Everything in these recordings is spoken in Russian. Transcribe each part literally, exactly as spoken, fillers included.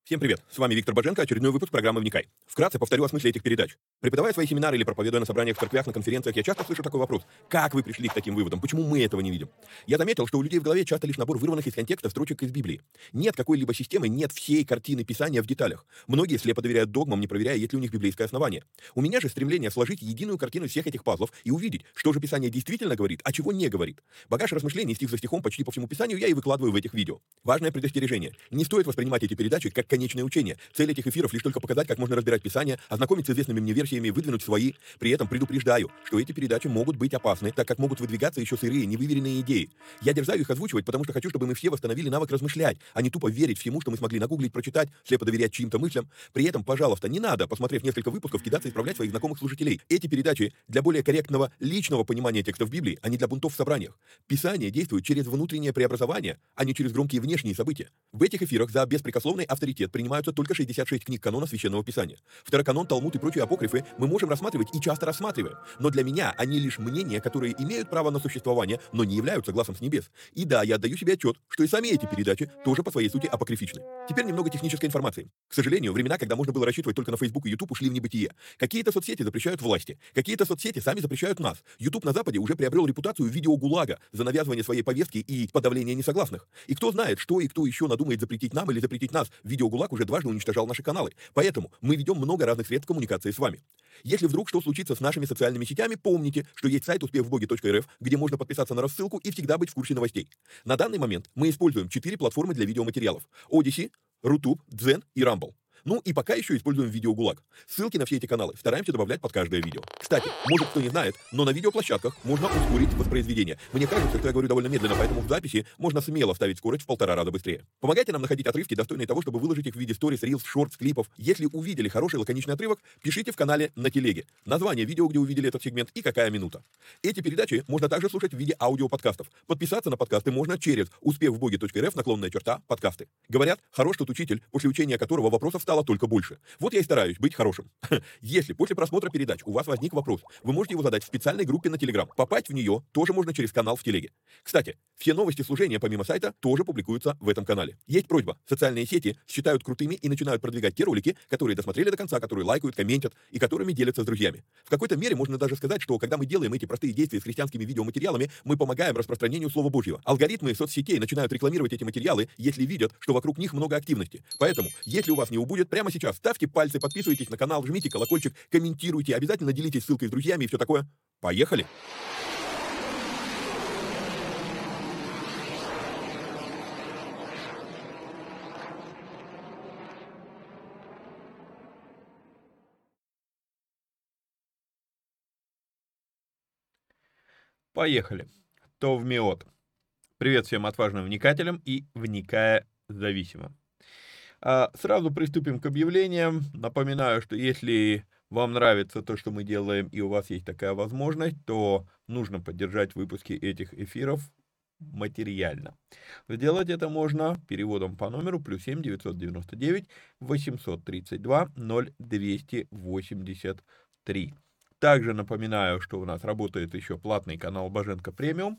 Всем привет! С вами Виктор Боженко, очередной выпуск программы «Вникай». Вкратце повторю о смысле этих передач. Преподавая свои семинары или проповедуя на собраниях в церквях, на конференциях, я часто слышу такой вопрос: как вы пришли к таким выводам? Почему мы этого не видим? Я заметил, что у людей в голове часто лишь набор вырванных из контекста строчек из Библии. Нет какой-либо системы, нет всей картины Писания в деталях. Многие слепо доверяют догмам, не проверяя, есть ли у них библейское основание. У меня же стремление сложить единую картину всех этих пазлов и увидеть, что же Писание действительно говорит, а чего не говорит. Багаж размышлений стих за стихом почти по всему Писанию я и выкладываю в этих видео. Важное предостережение: не стоит воспринимать эти передачи как конечное учение. Цель этих эфиров лишь только показать, как можно разбирать Писание, ознакомиться с известными мне версиями, выдвинуть свои. При этом предупреждаю, что эти передачи могут быть опасны, так как могут выдвигаться еще сырые, невыверенные идеи. Я дерзаю их озвучивать, потому что хочу, чтобы мы все восстановили навык размышлять, а не тупо верить всему, что мы смогли нагуглить, прочитать, слепо доверять чьим-то мыслям. При этом, пожалуйста, не надо, посмотрев несколько выпусков, кидаться и исправлять своих знакомых слушателей. Эти передачи для более корректного личного понимания текстов Библии, а не для бунтов в собраниях. Писание действует через внутреннее преобразование, а не через громкие внешние события. В этих эфирах за беспрекословный авторитет принимаются только шестьдесят шесть книг канона Священного Писания. Второканон, Талмуд и прочие апокрифы мы можем рассматривать и часто рассматриваем, но для меня они лишь мнения, которые имеют право на существование, но не являются глазом с небес. И да, я отдаю себе отчет, что и сами эти передачи тоже по своей сути апокрифичны. Теперь немного технической информации. К сожалению, времена, когда можно было рассчитывать только на Facebook и YouTube, ушли в небытие. Какие-то соцсети запрещают власти, какие-то соцсети сами запрещают нас. YouTube на Западе уже приобрел репутацию видео-гулага за навязывание своей повестки и подавление несогласных. И кто знает, что и кто еще надумает запретить нам или запретить нас. Видео-гулаг уже дважды уничтожал наши каналы. Поэтому мы ведем много разных средств коммуникации с вами. Если вдруг что случится с нашими социальными сетями, помните, что есть сайт успех в боге точка эр эф, где можно подписаться на рассылку и всегда быть в курсе новостей. На данный момент мы используем четыре платформы для видеоматериалов: Odyssey, Рутуб, Дзен и Rumble. Ну и пока еще используем видео-гулаг. Ссылки на все эти каналы стараемся добавлять под каждое видео. Кстати, может кто не знает, но на видеоплощадках можно ускорить воспроизведение. Мне кажется, что я говорю довольно медленно, поэтому в записи можно смело ставить скорость в полтора раза быстрее. Помогайте нам находить отрывки, достойные того, чтобы выложить их в виде сторис, рилс, шортс, клипов. Если увидели хороший лаконичный отрывок, пишите в канале на телеге название видео, где увидели этот сегмент, и какая минута. Эти передачи можно также слушать в виде аудиоподкастов. Подписаться на подкасты можно через успех в боге точка эр эф, наклонная черта, подкасты. Говорят, хорош тот учитель, после учения которого вопросов стало только больше. Вот я и стараюсь быть хорошим. Если после просмотра передач у вас возник вопрос, вы можете его задать в специальной группе на Telegram. Попасть в нее тоже можно через канал в телеге. Кстати, все новости служения помимо сайта тоже публикуются в этом канале. Есть просьба: социальные сети считают крутыми и начинают продвигать те ролики, которые досмотрели до конца, которые лайкают, комментят и которыми делятся с друзьями. В какой-то мере можно даже сказать, что когда мы делаем эти простые действия с христианскими видеоматериалами, мы помогаем распространению Слова Божьего. Алгоритмы соцсетей начинают рекламировать эти материалы, если видят, что вокруг них много активности. Поэтому, если у вас не убудет, прямо сейчас ставьте пальцы, подписывайтесь на канал, жмите колокольчик, комментируйте, обязательно делитесь ссылкой с друзьями и все такое. Поехали! Поехали. Товмиот. Привет всем отважным вникателям и вникая зависимым. А, Сразу приступим к объявлениям. Напоминаю, что если вам нравится то, что мы делаем, и у вас есть такая возможность, то нужно поддержать выпуски этих эфиров материально. Сделать это можно переводом по номеру плюс семь девятьсот девяносто девять восемьсот тридцать два ноль двести восемьдесят три. Также напоминаю, что у нас работает еще платный канал Боженко Премиум,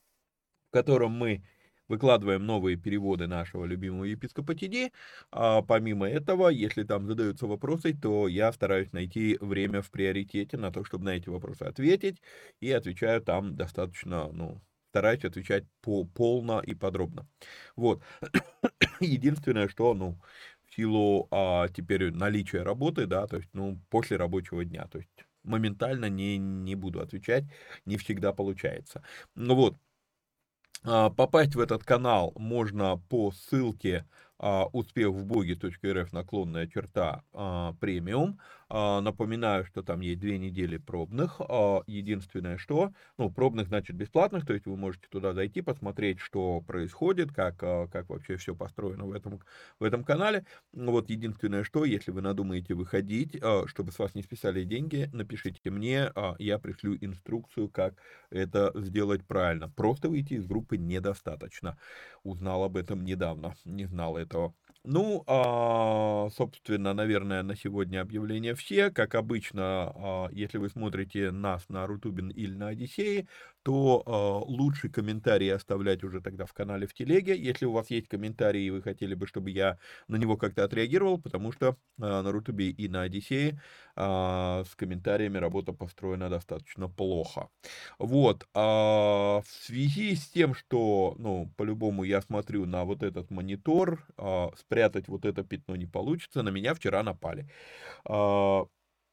в котором мы выкладываем новые переводы нашего любимого епископа Ти Ди. А помимо этого, если там задаются вопросы, то я стараюсь найти время в приоритете на то, чтобы на эти вопросы ответить, и отвечаю там достаточно, ну, стараюсь отвечать по, полно и подробно. Вот. Единственное, что, ну, в силу а, теперь наличия работы, да, то есть, ну, после рабочего дня, то есть моментально не, не буду отвечать, не всегда получается. Ну вот. Попасть в этот канал можно по ссылке успех в боге точка эр эф, наклонная черта, премиум. Напоминаю, что там есть две недели пробных. Единственное, что, ну, пробных значит бесплатных, то есть вы можете туда зайти, посмотреть, что происходит, как, как вообще все построено в этом, в этом канале. Вот единственное, что, если вы надумаете выходить, чтобы с вас не списали деньги, напишите мне, я пришлю инструкцию, как это сделать правильно. Просто выйти из группы недостаточно. Узнал об этом недавно, не знал этого. Ну, а, собственно, наверное, на сегодня объявления все. Как обычно, а, если вы смотрите нас на Рутубин или на Одиссее, то э, лучше комментарии оставлять уже тогда в канале в телеге, если у вас есть комментарии, и вы хотели бы, чтобы я на него как-то отреагировал, потому что э, на Рутубе и на Одиссее э, с комментариями работа построена достаточно плохо. Вот, а в связи с тем, что, ну, по-любому я смотрю на вот этот монитор, а, спрятать вот это пятно не получится, на меня вчера напали. А,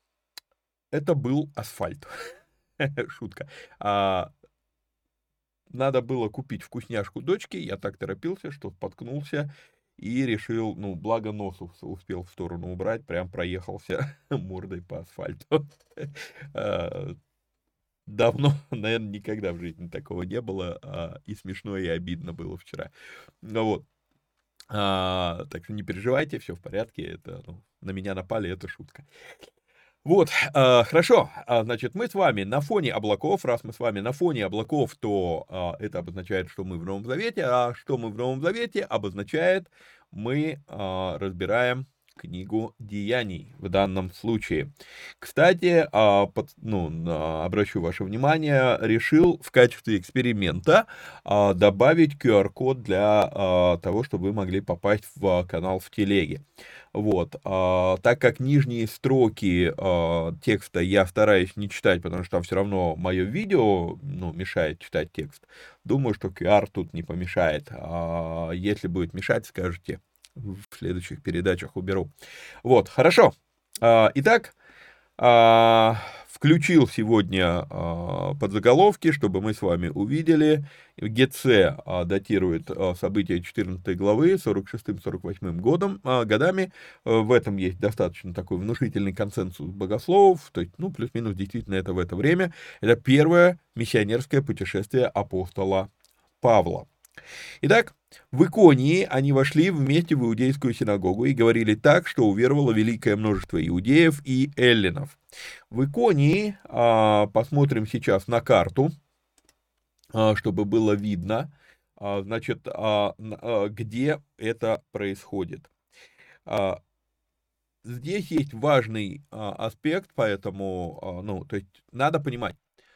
Это был асфальт. Шутка. А, Надо было купить вкусняшку дочке, я так торопился, что споткнулся и решил, ну, благо нос ус- успел в сторону убрать, прям проехался мордой по асфальту. А, Давно, наверное, никогда в жизни такого не было, а, и смешно, и обидно было вчера. Ну вот, а, так что не переживайте, все в порядке, это, ну, на меня напали, это шутка. Вот, а, хорошо, а, значит, мы с вами на фоне облаков, раз мы с вами на фоне облаков, то а, это обозначает, что мы в Новом Завете, а что мы в Новом Завете обозначает, мы а, разбираем книгу Деяний в данном случае. Кстати, а, под- ну, на- обращу ваше внимание, решил в качестве эксперимента а, добавить ку ар-код для а, того, чтобы вы могли попасть в канал в телеге. Вот, а, так как нижние строки а, текста я стараюсь не читать, потому что там все равно мое видео, ну, мешает читать текст. Думаю, что ку ар тут не помешает. А, если будет мешать, скажете, в следующих передачах уберу. Вот, хорошо. А, итак, а, включил сегодня а, подзаголовки, чтобы мы с вами увидели. ГЦ а, датирует а, события четырнадцатой главы сорок шестым сорок восьмым годом, а, годами. А, В этом есть достаточно такой внушительный консенсус богословов, то есть, ну, плюс-минус, действительно, это в это время. Это первое миссионерское путешествие апостола Павла. Итак, в Иконии они вошли вместе в иудейскую синагогу и говорили так, что уверовало великое множество иудеев и эллинов. В Иконии, а, посмотрим сейчас на карту, а, чтобы было видно, а, значит, а, н- а, где это происходит. А, Здесь есть важный а, аспект, поэтому, а, ну, то есть надо понимать,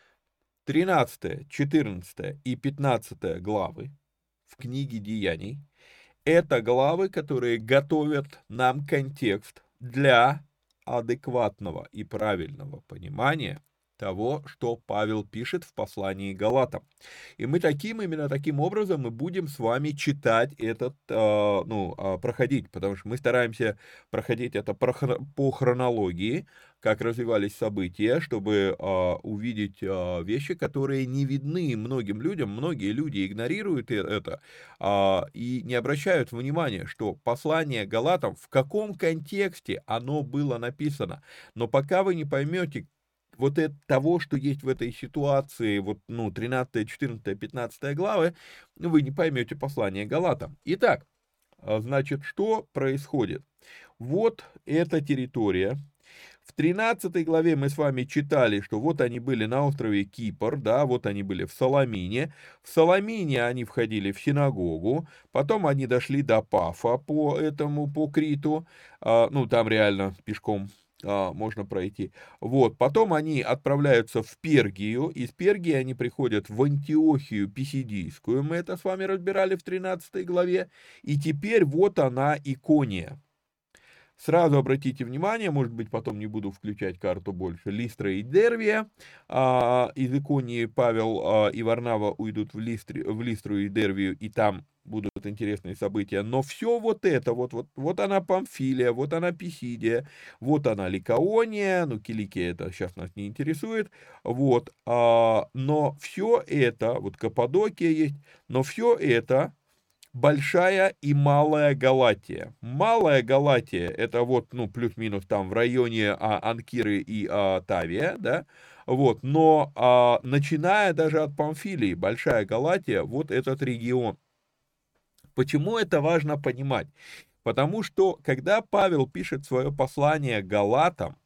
тринадцатая, четырнадцатая и пятнадцатая главы в книге Деяний — это главы, которые готовят нам контекст для адекватного и правильного понимания того, что Павел пишет в послании к Галатам. И мы таким, именно таким образом мы будем с вами читать этот, а, ну, а, проходить, потому что мы стараемся проходить это по хро- по хронологии, как развивались события, чтобы а, увидеть а, вещи, которые не видны многим людям. Многие люди игнорируют э- это, а, и не обращают внимания, что послание Галатам, в каком контексте оно было написано. Но пока вы не поймете вот это, того, что есть в этой ситуации, вот, ну, тринадцатая, четырнадцатая, пятнадцатая главы, вы не поймете послание Галатам. Итак, а, значит, что происходит? Вот эта территория. В тринадцатой главе мы с вами читали, что вот они были на острове Кипр, да, вот они были в Саламине. В Саламине они входили в синагогу, потом они дошли до Пафа по этому, по Криту, а, ну, там реально пешком а, можно пройти. Вот, потом они отправляются в Пергию, из Пергии они приходят в Антиохию Писидийскую, мы это с вами разбирали в тринадцатой главе, и теперь вот она, Икония. Сразу обратите внимание, может быть, потом не буду включать карту больше, Листра и Дервия. А, из Иконии Павел а, и Варнава уйдут в, Листри, в Листру и Дервию, и там будут интересные события. Но все вот это, вот, вот, вот она Памфилия, вот она Писидия, вот она Ликаония, ну, Киликия это сейчас нас не интересует, вот. А, но все это, вот Каппадокия есть, но все это Большая и Малая Галатия. Малая Галатия — это вот, ну, плюс-минус там в районе а, Анкиры и а, Тавия, да, вот, но а, начиная даже от Памфилии, Большая Галатия, вот этот регион. Почему это важно понимать? Потому что, когда Павел пишет свое послание Галатам,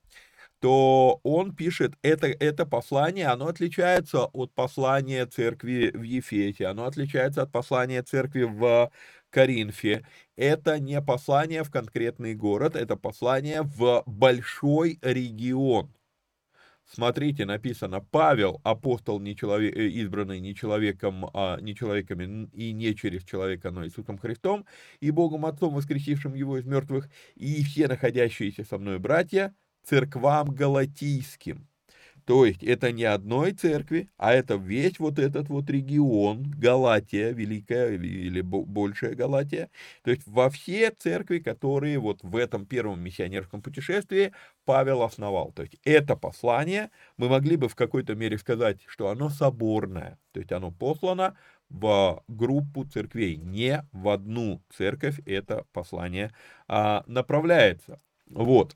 то он пишет, это, это послание, оно отличается от послания церкви в Ефесе, оно отличается от послания церкви в Коринфе. Это не послание в конкретный город, это послание в большой регион. смотрите, написано: Павел, апостол, не человек, э, избранный не человеком, а не человеками и не через человека, но Иисусом Христом и Богом Отцом, воскресившим его из мертвых, и все находящиеся со мной братья, церквам галатийским. То есть это не одной церкви, а это весь вот этот вот регион, Галатия, Великая или Большая Галатия. То есть во все церкви, которые вот в этом первом миссионерском путешествии Павел основал. То есть это послание, мы могли бы в какой-то мере сказать, что оно соборное. То есть оно послано в группу церквей, не в одну церковь это послание а, направляется. Вот.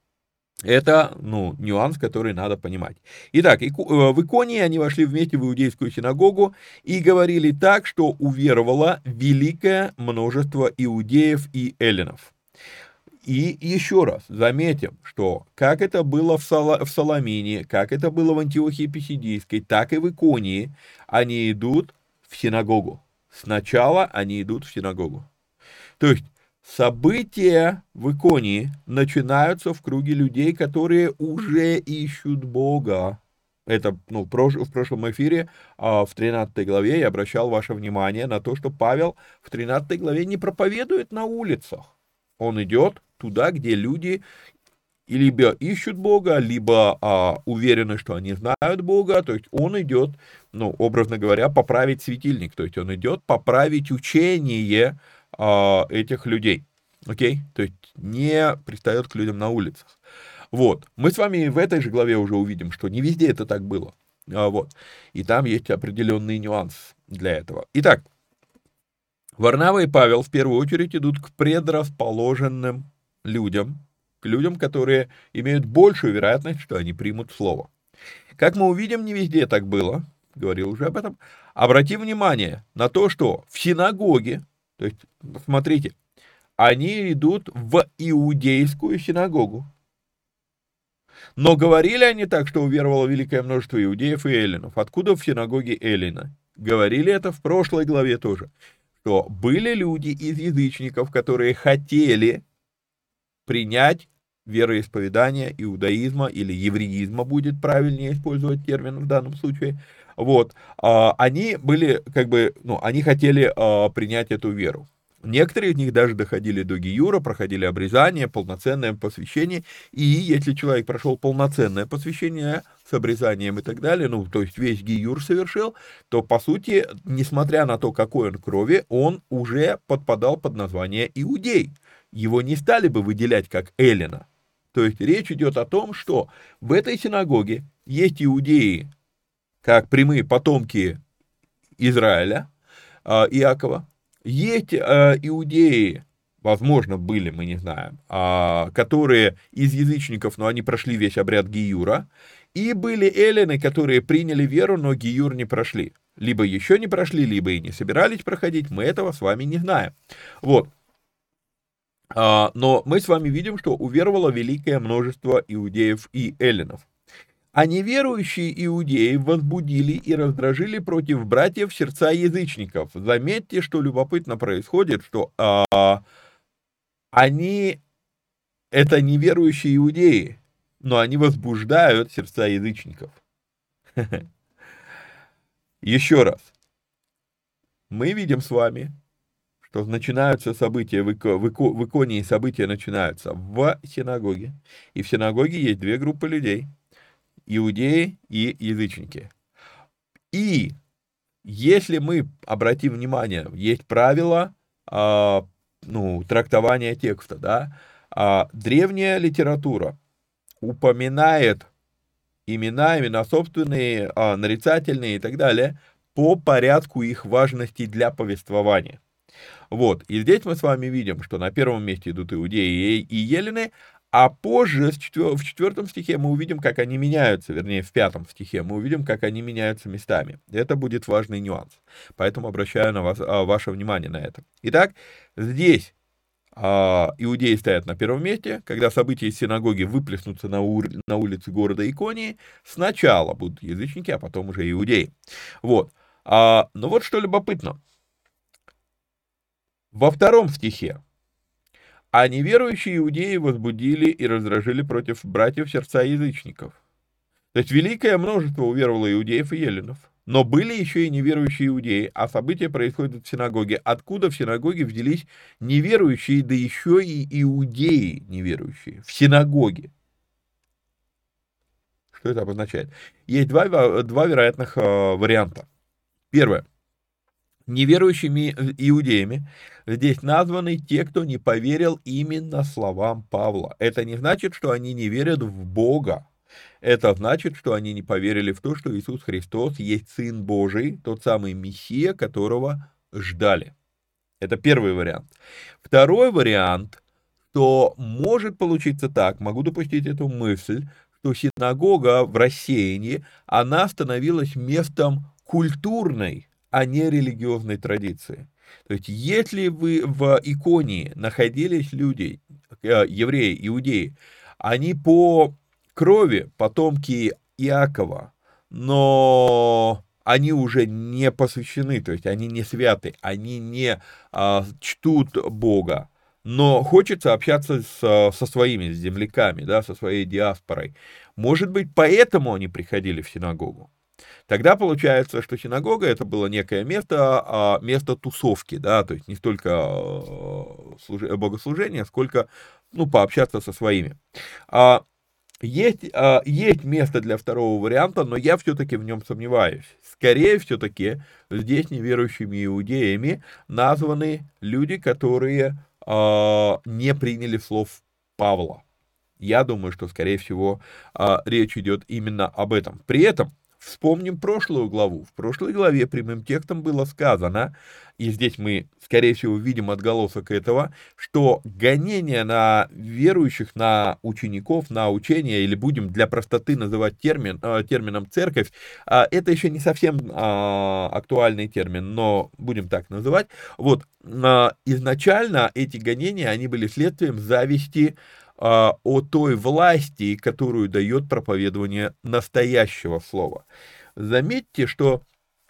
Это, ну, нюанс, который надо понимать. Итак, в Иконии они вошли вместе в иудейскую синагогу и говорили так, что уверовало великое множество иудеев и эллинов. И еще раз заметим, что как это было в, Сала, в Саламине, как это было в Антиохии Писидийской, так и в Иконии, они идут в синагогу. Сначала они идут в синагогу. То есть события в Иконии начинаются в круге людей, которые уже ищут Бога. Это, ну, в прошлом эфире, в тринадцатой главе, я обращал ваше внимание на то, что Павел в тринадцатой главе не проповедует на улицах. Он идет туда, где люди либо ищут Бога, либо а, уверены, что они знают Бога. То есть он идет, ну, образно говоря, поправить светильник. То есть он идет поправить учение этих людей, окей, то есть не пристает к людям на улицах. Вот, мы с вами в этой же главе уже увидим, что не везде это так было, вот, и там есть определенный нюанс для этого. Итак, Варнава и Павел в первую очередь идут к предрасположенным людям, к людям, которые имеют большую вероятность, что они примут слово. Как мы увидим, не везде так было, говорил уже об этом. Обрати внимание на то, что в синагоге, то есть, смотрите, они идут в иудейскую синагогу. Но говорили они так, что уверовало великое множество иудеев и эллинов. Откуда в синагоге эллина? Говорили это в прошлой главе тоже, что были люди из язычников, которые хотели принять вероисповедание иудаизма или евреизма, будет правильнее использовать термин в данном случае. Вот, они были, как бы, ну, они хотели принять эту веру. Некоторые из них даже доходили до гиюра, проходили обрезание, полноценное посвящение, и если человек прошел полноценное посвящение с обрезанием и так далее, ну, то есть весь гиюр совершил, то, по сути, несмотря на то, какой он крови, он уже подпадал под название иудей. Его не стали бы выделять как эллина. То есть речь идет о том, что в этой синагоге есть иудеи, как прямые потомки Израиля, Иакова, есть иудеи, возможно, были, мы не знаем, которые из язычников, но они прошли весь обряд гиюра, и были эллины, которые приняли веру, но гиюр не прошли. Либо еще не прошли, либо и не собирались проходить, мы этого с вами не знаем. Вот. Но мы с вами видим, что уверовало великое множество иудеев и эллинов. А неверующие иудеи возбудили и раздражили против братьев сердца язычников. Заметьте, что любопытно происходит, что а, они, это неверующие иудеи, но они возбуждают сердца язычников. Еще раз. Мы видим с вами, что начинаются события, в, Ико, в, Ико, в Иконии события начинаются в синагоге. И в синагоге есть две группы людей. Иудеи и язычники. И если мы обратим внимание, есть правила а, ну, трактования текста, да, а, древняя литература упоминает имена, имена собственные, а, нарицательные и так далее по порядку их важности для повествования. Вот, и здесь мы с вами видим, что на первом месте идут иудеи и еллины, а позже, в четвертом стихе, мы увидим, как они меняются, вернее, в пятом стихе мы увидим, как они меняются местами. Это будет важный нюанс. Поэтому обращаю на вас, ваше внимание на это. Итак, здесь а, иудеи стоят на первом месте. Когда события из синагоги выплеснутся на, ур... на улице города Иконии, сначала будут язычники, а потом уже иудеи. Вот. А, но вот что любопытно. Во втором стихе: «А неверующие иудеи возбудили и раздражили против братьев сердца язычников». То есть великое множество уверовало иудеев и эллинов. Но были еще и неверующие иудеи, а события происходят в синагоге. Откуда в синагоге взялись неверующие, да еще и иудеи неверующие? В синагоге. Что это обозначает? Есть два, два вероятных э, варианта. Первое. Неверующими иудеями здесь названы те, кто не поверил именно словам Павла. Это не значит, что они не верят в Бога. Это значит, что они не поверили в то, что Иисус Христос есть Сын Божий, тот самый Мессия, которого ждали. Это первый вариант. Второй вариант, что может получиться так, могу допустить эту мысль, что синагога в рассеянии, она становилась местом культурной, а не религиозной традиции. То есть, если вы в Иконии находились люди, евреи, иудеи, они по крови потомки Иакова, но они уже не посвящены, то есть они не святы, они не а, чтут Бога, но хочется общаться с, со своими земляками, да, со своей диаспорой. Может быть, поэтому они приходили в синагогу. Тогда получается, что синагога это было некое место, а, место тусовки, да, то есть не столько богослужения, сколько, ну, пообщаться со своими. А, Есть, а, есть место для второго варианта, но я все-таки в нем сомневаюсь. Скорее все-таки здесь неверующими иудеями названы люди, которые а, не приняли слов Павла. Я думаю, что, скорее всего, а, речь идет именно об этом. При этом вспомним прошлую главу. В прошлой главе прямым текстом было сказано, и здесь мы, скорее всего, видим отголосок этого, что гонение на верующих, на учеников, на учение, или будем для простоты называть термин, термином церковь, это еще не совсем актуальный термин, но будем так называть. Вот, изначально эти гонения, они были следствием зависти о той власти, которую дает проповедование настоящего слова. Заметьте, что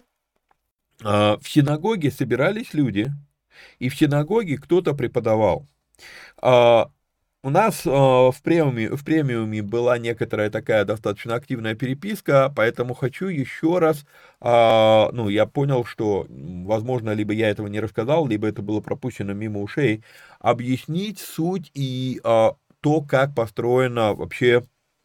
в синагоге собирались люди, и в синагоге кто-то преподавал. У нас в премиуме, в премиуме была некоторая такая достаточно активная переписка, поэтому хочу еще раз, ну, я понял, что, возможно, либо я этого не рассказал, либо это было пропущено мимо ушей, объяснить суть и то, как построена вообще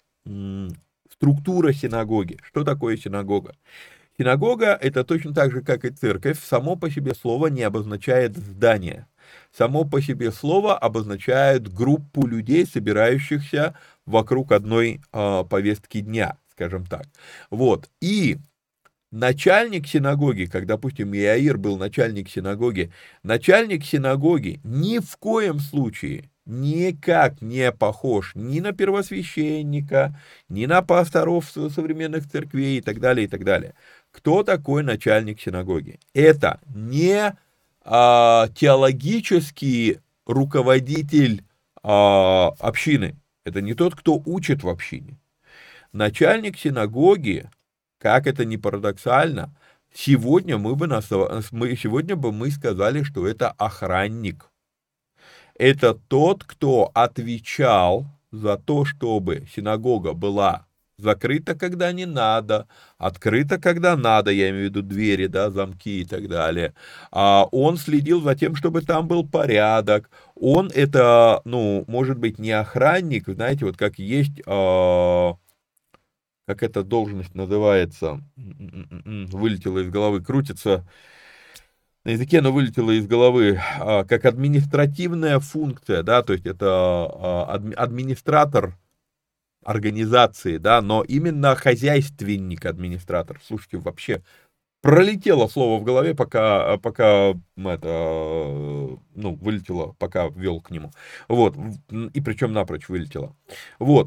структура синагоги. Что такое синагога? Синагога – это точно так же, как и церковь. Само по себе слово не обозначает здание. Само по себе слово обозначает группу людей, собирающихся вокруг одной э, повестки дня, скажем так. Вот. И начальник синагоги, как, допустим, Иаир был начальник синагоги, начальник синагоги ни в коем случае никак не похож ни на первосвященника, ни на пасторов современных церквей и так далее, и так далее. Кто такой начальник синагоги? Это не а, теологический руководитель а, общины. Это не тот, кто учит в общине. Начальник синагоги, как это ни парадоксально, сегодня мы бы, мы, сегодня бы мы сказали, что это охранник. Это тот, кто отвечал за то, чтобы синагога была закрыта, когда не надо, открыта, когда надо, я имею в виду двери, да, замки и так далее. А он следил за тем, чтобы там был порядок. Он это, ну, может быть, не охранник, знаете, вот как есть, а, как эта должность называется, вылетела из головы, крутится. На языке оно вылетело из головы, как административная функция, да, то есть это администратор организации, да, но именно хозяйственник администратор. Слушайте, вообще пролетело слово в голове, пока, пока это, ну, вылетело, пока ввел к нему. Вот, и причем напрочь вылетело. Вот.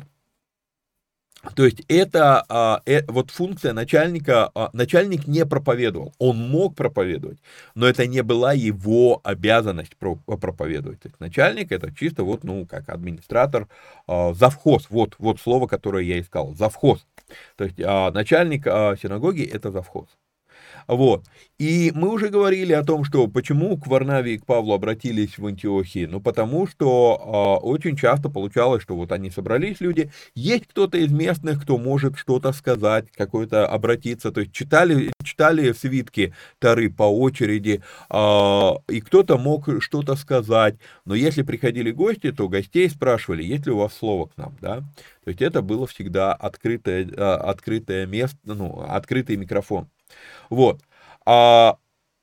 То есть это а, э, вот функция начальника, а, начальник не проповедовал, он мог проповедовать, но это не была его обязанность про, проповедовать. То есть начальник это чисто вот, ну, как администратор, а, завхоз, вот, вот слово, которое я искал, завхоз. То есть а, начальник а, синагоги это завхоз. Вот. И мы уже говорили о том, что почему к Варнаве и к Павлу обратились в Антиохии. Ну, потому что а, очень часто получалось, что вот они собрались, люди, есть кто-то из местных, кто может что-то сказать, какой-то обратиться. То есть читали, читали свитки Торы по очереди, а, и кто-то мог что-то сказать. Но если приходили гости, то гостей спрашивали, есть ли у вас слово к нам, да? То есть это было всегда открытое, а, открытое место, ну, открытый микрофон. Вот. А,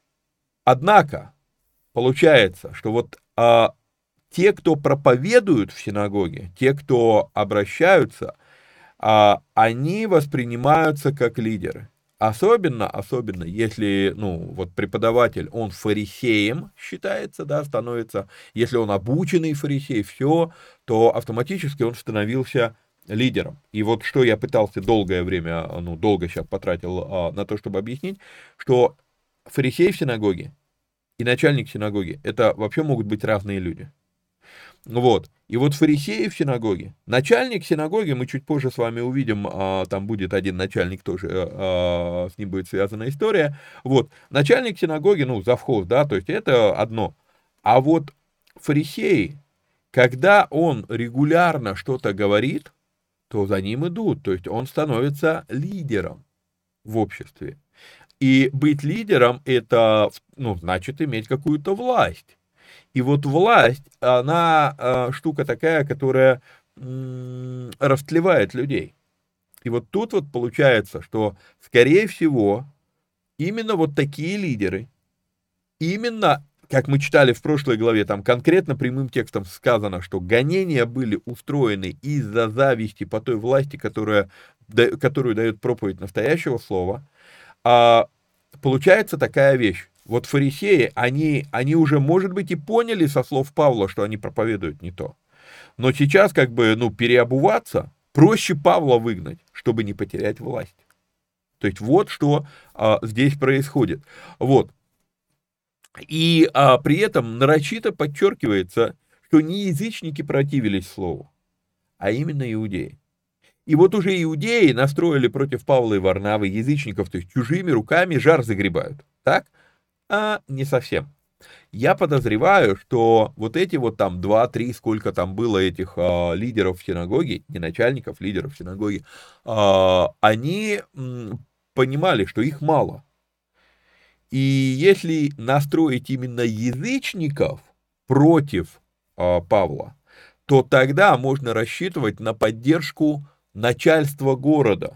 однако, получается, что вот а, те, кто проповедуют в синагоге, те, кто обращаются, а, они воспринимаются как лидеры. Особенно, особенно, если, ну, вот преподаватель, он фарисеем считается, да, становится, если он обученный фарисей, все, то автоматически он становился лидером. И вот что я пытался долгое время, ну, долго сейчас потратил а, на то, чтобы объяснить, что фарисей в синагоге и начальник синагоги, это вообще могут быть разные люди. Вот. И вот фарисеи в синагоге, начальник синагоги, мы чуть позже с вами увидим, а, там будет один начальник тоже, а, с ним будет связана история. Вот. Начальник синагоги, ну, завхоз, да, то есть это одно. А вот фарисеи, когда он регулярно что-то говорит, то за ним идут, то есть он становится лидером в обществе. И быть лидером, это, ну, значит иметь какую-то власть. И вот власть, она э, штука такая, которая м, растлевает людей. И вот тут вот получается, что, скорее всего, именно вот такие лидеры, именно, как мы читали в прошлой главе, там конкретно прямым текстом сказано, что гонения были устроены из-за зависти по той власти, которая, которую дает проповедь настоящего слова, а получается такая вещь. Вот фарисеи, они, они уже, может быть, и поняли со слов Павла, что они проповедуют не то. Но сейчас как бы, ну, переобуваться, проще Павла выгнать, чтобы не потерять власть. То есть вот что а, здесь происходит. Вот. И а, при этом нарочито подчеркивается, что не язычники противились слову, а именно иудеи. И вот уже иудеи настроили против Павла и Варнавы язычников, то есть чужими руками жар загребают. Так? А не совсем. Я подозреваю, что вот эти вот там два-три, сколько там было этих а, лидеров в синагоге, не начальников, лидеров в синагоге, а, они м, понимали, что их мало. И если настроить именно язычников против а, Павла, то тогда можно рассчитывать на поддержку начальства города,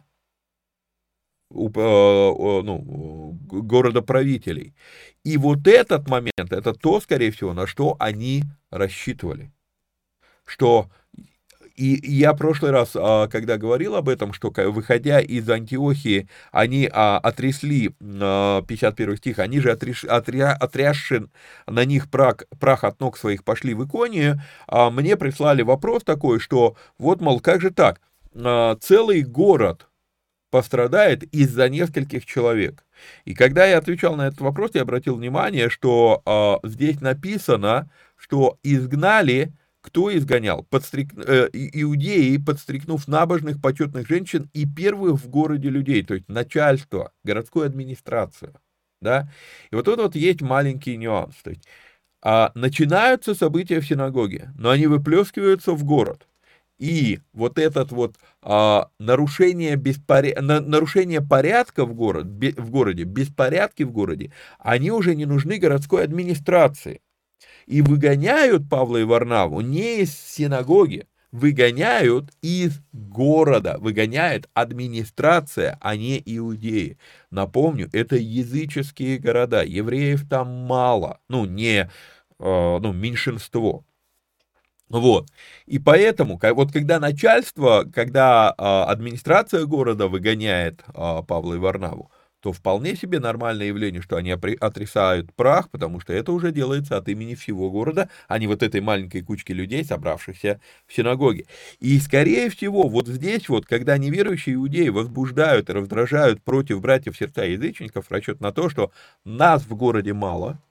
ну, города-правителей. И вот этот момент, это то, скорее всего, на что они рассчитывали. Что, и я в прошлый раз, когда говорил об этом, что, выходя из Антиохии, они отрясли, пятьдесят первый стих, они же отряш, отря, отрясши на них прах, прах от ног своих пошли в Иконию, мне прислали вопрос такой, что вот, мол, как же так, целый город пострадает из-за нескольких человек. И когда я отвечал на этот вопрос, я обратил внимание, что э, здесь написано, что изгнали, кто изгонял? Подстрик, э, иудеи, подстрикнув набожных, почетных женщин и первых в городе людей, то есть начальство, городскую администрацию. Да? И вот тут вот есть маленький нюанс. То есть, э, начинаются события в синагоге, но они выплескиваются в город. И вот это вот а, нарушение, беспоряд... нарушение порядка в, город, в городе, беспорядки в городе, они уже не нужны городской администрации. И выгоняют Павла и Варнаву не из синагоги, выгоняют из города, выгоняет администрация, а не иудеи. Напомню, это языческие города, евреев там мало, ну не ну, меньшинство. Вот, и поэтому, вот когда начальство, когда а, администрация города выгоняет а, Павла и Варнаву, то вполне себе нормальное явление, что они отрицают прах, потому что это уже делается от имени всего города, а не вот этой маленькой кучки людей, собравшихся в синагоге. И, скорее всего, вот здесь вот, когда неверующие иудеи возбуждают и раздражают против братьев сердца язычников, расчет на то, что нас в городе мало,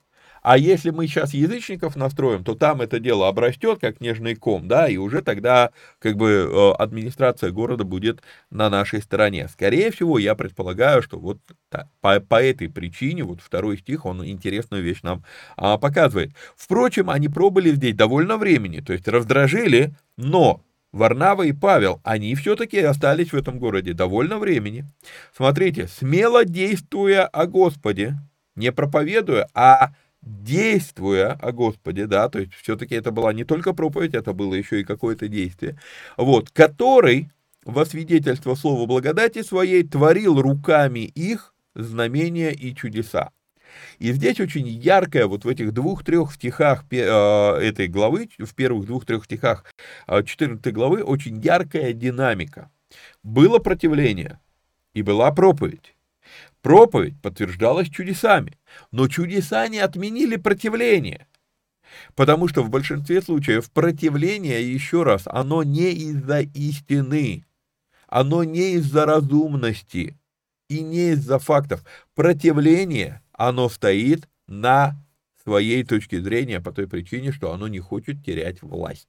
А если мы сейчас язычников настроим, то там это дело обрастет, как нежный ком, да, и уже тогда как бы э, администрация города будет на нашей стороне. Скорее всего, я предполагаю, что вот та- по, по этой причине, вот второй стих, он интересную вещь нам а, показывает. Впрочем, они пробыли здесь довольно времени, то есть раздражили, но Варнава и Павел, они все-таки остались в этом городе довольно времени. Смотрите, смело действуя о Господе, не проповедуя, а действуя о Господе, да, то есть все-таки это была не только проповедь, это было еще и какое-то действие, вот, который во свидетельство слова благодати своей творил руками их знамения и чудеса. И здесь очень яркая, вот в этих двух-трех стихах этой главы, в первых двух-трех стихах четырнадцатой главы, очень яркая динамика. Было противление, и была проповедь. Проповедь подтверждалась чудесами, но чудеса не отменили противление. Потому что в большинстве случаев противление, еще раз, оно не из-за истины, оно не из-за разумности и не из-за фактов. Противление, оно стоит на своей точке зрения по той причине, что оно не хочет терять власть.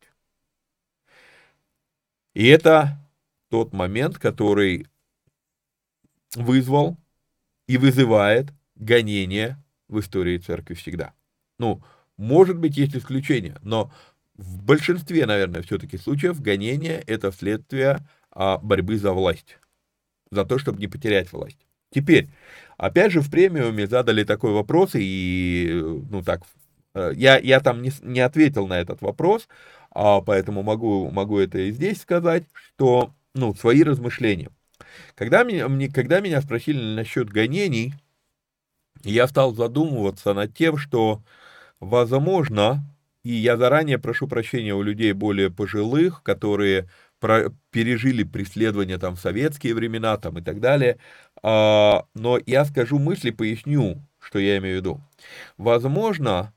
И это тот момент, который вызвал и вызывает гонение в истории церкви всегда. Ну, может быть, есть исключения, но в большинстве, наверное, все-таки случаев гонение – это следствие а, борьбы за власть, за то, чтобы не потерять власть. Теперь, опять же, в премиуме задали такой вопрос, и, ну так, я, я там не, не ответил на этот вопрос, а, поэтому могу, могу это и здесь сказать, что, ну, свои размышления. Когда меня, мне, когда меня спросили насчет гонений, я стал задумываться над тем, что, возможно, и я заранее прошу прощения у людей более пожилых, которые про, пережили преследование там в советские времена там, и так далее, а, но я скажу мысли, поясню, что я имею в виду. Возможно,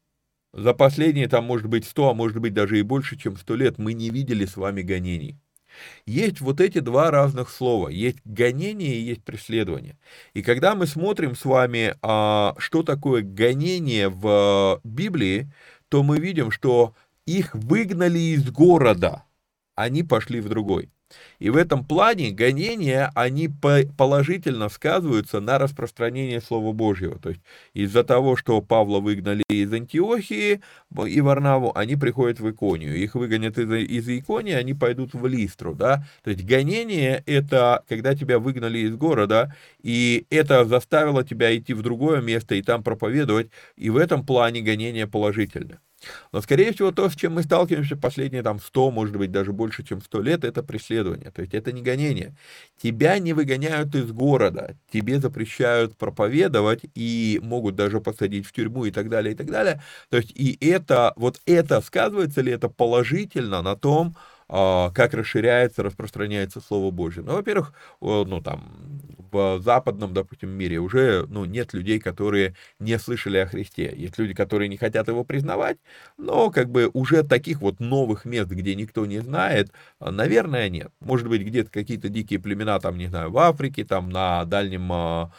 за последние, там, может быть, сто, а может быть, даже и больше, чем сто лет мы не видели с вами гонений. Есть вот эти два разных слова, есть гонение и есть преследование. И когда мы смотрим с вами, а, что такое гонение в Библии, то мы видим, что их выгнали из города, они пошли в другой. И в этом плане гонения, они положительно сказываются на распространении Слова Божьего. То есть из-за того, что Павла выгнали из Антиохии и Варнаву, они приходят в Иконию. Их выгонят из, из Иконии, они пойдут в Листру. Да? То есть гонение – это когда тебя выгнали из города, и это заставило тебя идти в другое место и там проповедовать. И в этом плане гонение положительно. Но, скорее всего, то, с чем мы сталкиваемся последние там сто, может быть, даже больше, чем сто лет, это преследование. То есть это не гонение. Тебя не выгоняют из города, тебе запрещают проповедовать и могут даже посадить в тюрьму и так далее, и так далее. То есть и это, вот это, сказывается ли это положительно на том, как расширяется, распространяется Слово Божье. Ну, во-первых, ну, там, в западном, допустим, мире уже, ну, нет людей, которые не слышали о Христе. Есть люди, которые не хотят его признавать, но, как бы, уже таких вот новых мест, где никто не знает, наверное, нет. Может быть, где-то какие-то дикие племена, там, не знаю, в Африке, там, на дальнем,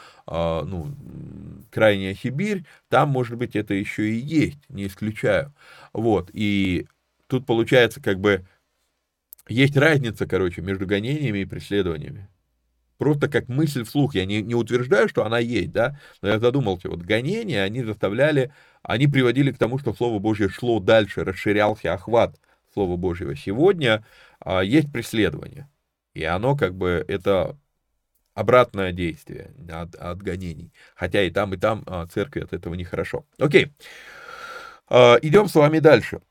ну, крайняя Сибирь, там, может быть, это еще и есть, не исключаю. Вот, и тут получается, как бы, есть разница, короче, между гонениями и преследованиями. Просто как мысль вслух, я не, не утверждаю, что она есть, да, но я задумался, вот гонения, они заставляли, они приводили к тому, что Слово Божье шло дальше, расширялся охват Слова Божьего. Сегодня а, есть преследование, и оно как бы, это обратное действие от, от гонений, хотя и там, и там а, церкви от этого нехорошо. Окей, а, идем с вами дальше.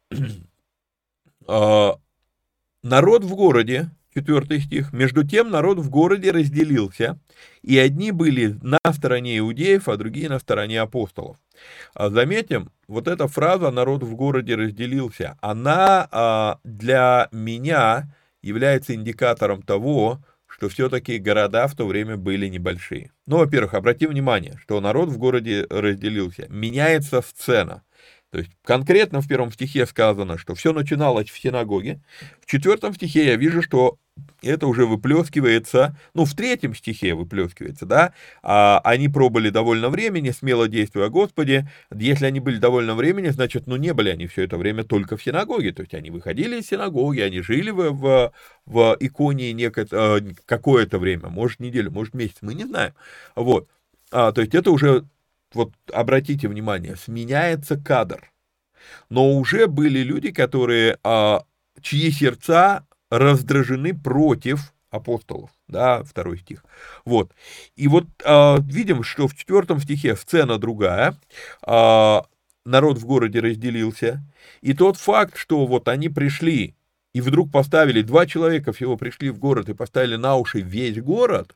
а, Народ в городе, четвертый стих, между тем народ в городе разделился, и одни были на стороне иудеев, а другие на стороне апостолов. Заметим, вот эта фраза «народ в городе разделился», она для меня является индикатором того, что все-таки города в то время были небольшие. Ну, во-первых, обратим внимание, что народ в городе разделился. Меняется сцена. То есть конкретно в первом стихе сказано, что все начиналось в синагоге. В четвертом стихе я вижу, что это уже выплескивается, ну, в третьем стихе выплескивается, да, а, они пробыли довольно времени, смело действуя о Господе. Если они были довольно времени, значит, ну, не были они все это время только в синагоге, то есть они выходили из синагоги, они жили в, в, в Иконии некое, какое-то время, может, неделю, может, месяц, мы не знаем, вот, а, то есть это уже, вот, обратите внимание, сменяется кадр, но уже были люди, которые, а, чьи сердца раздражены против апостолов, да, второй стих. Вот. И вот э, видим, что в четвертом стихе сцена другая, э, народ в городе разделился, и тот факт, что вот они пришли, и вдруг поставили, два человека всего пришли в город и поставили на уши весь город,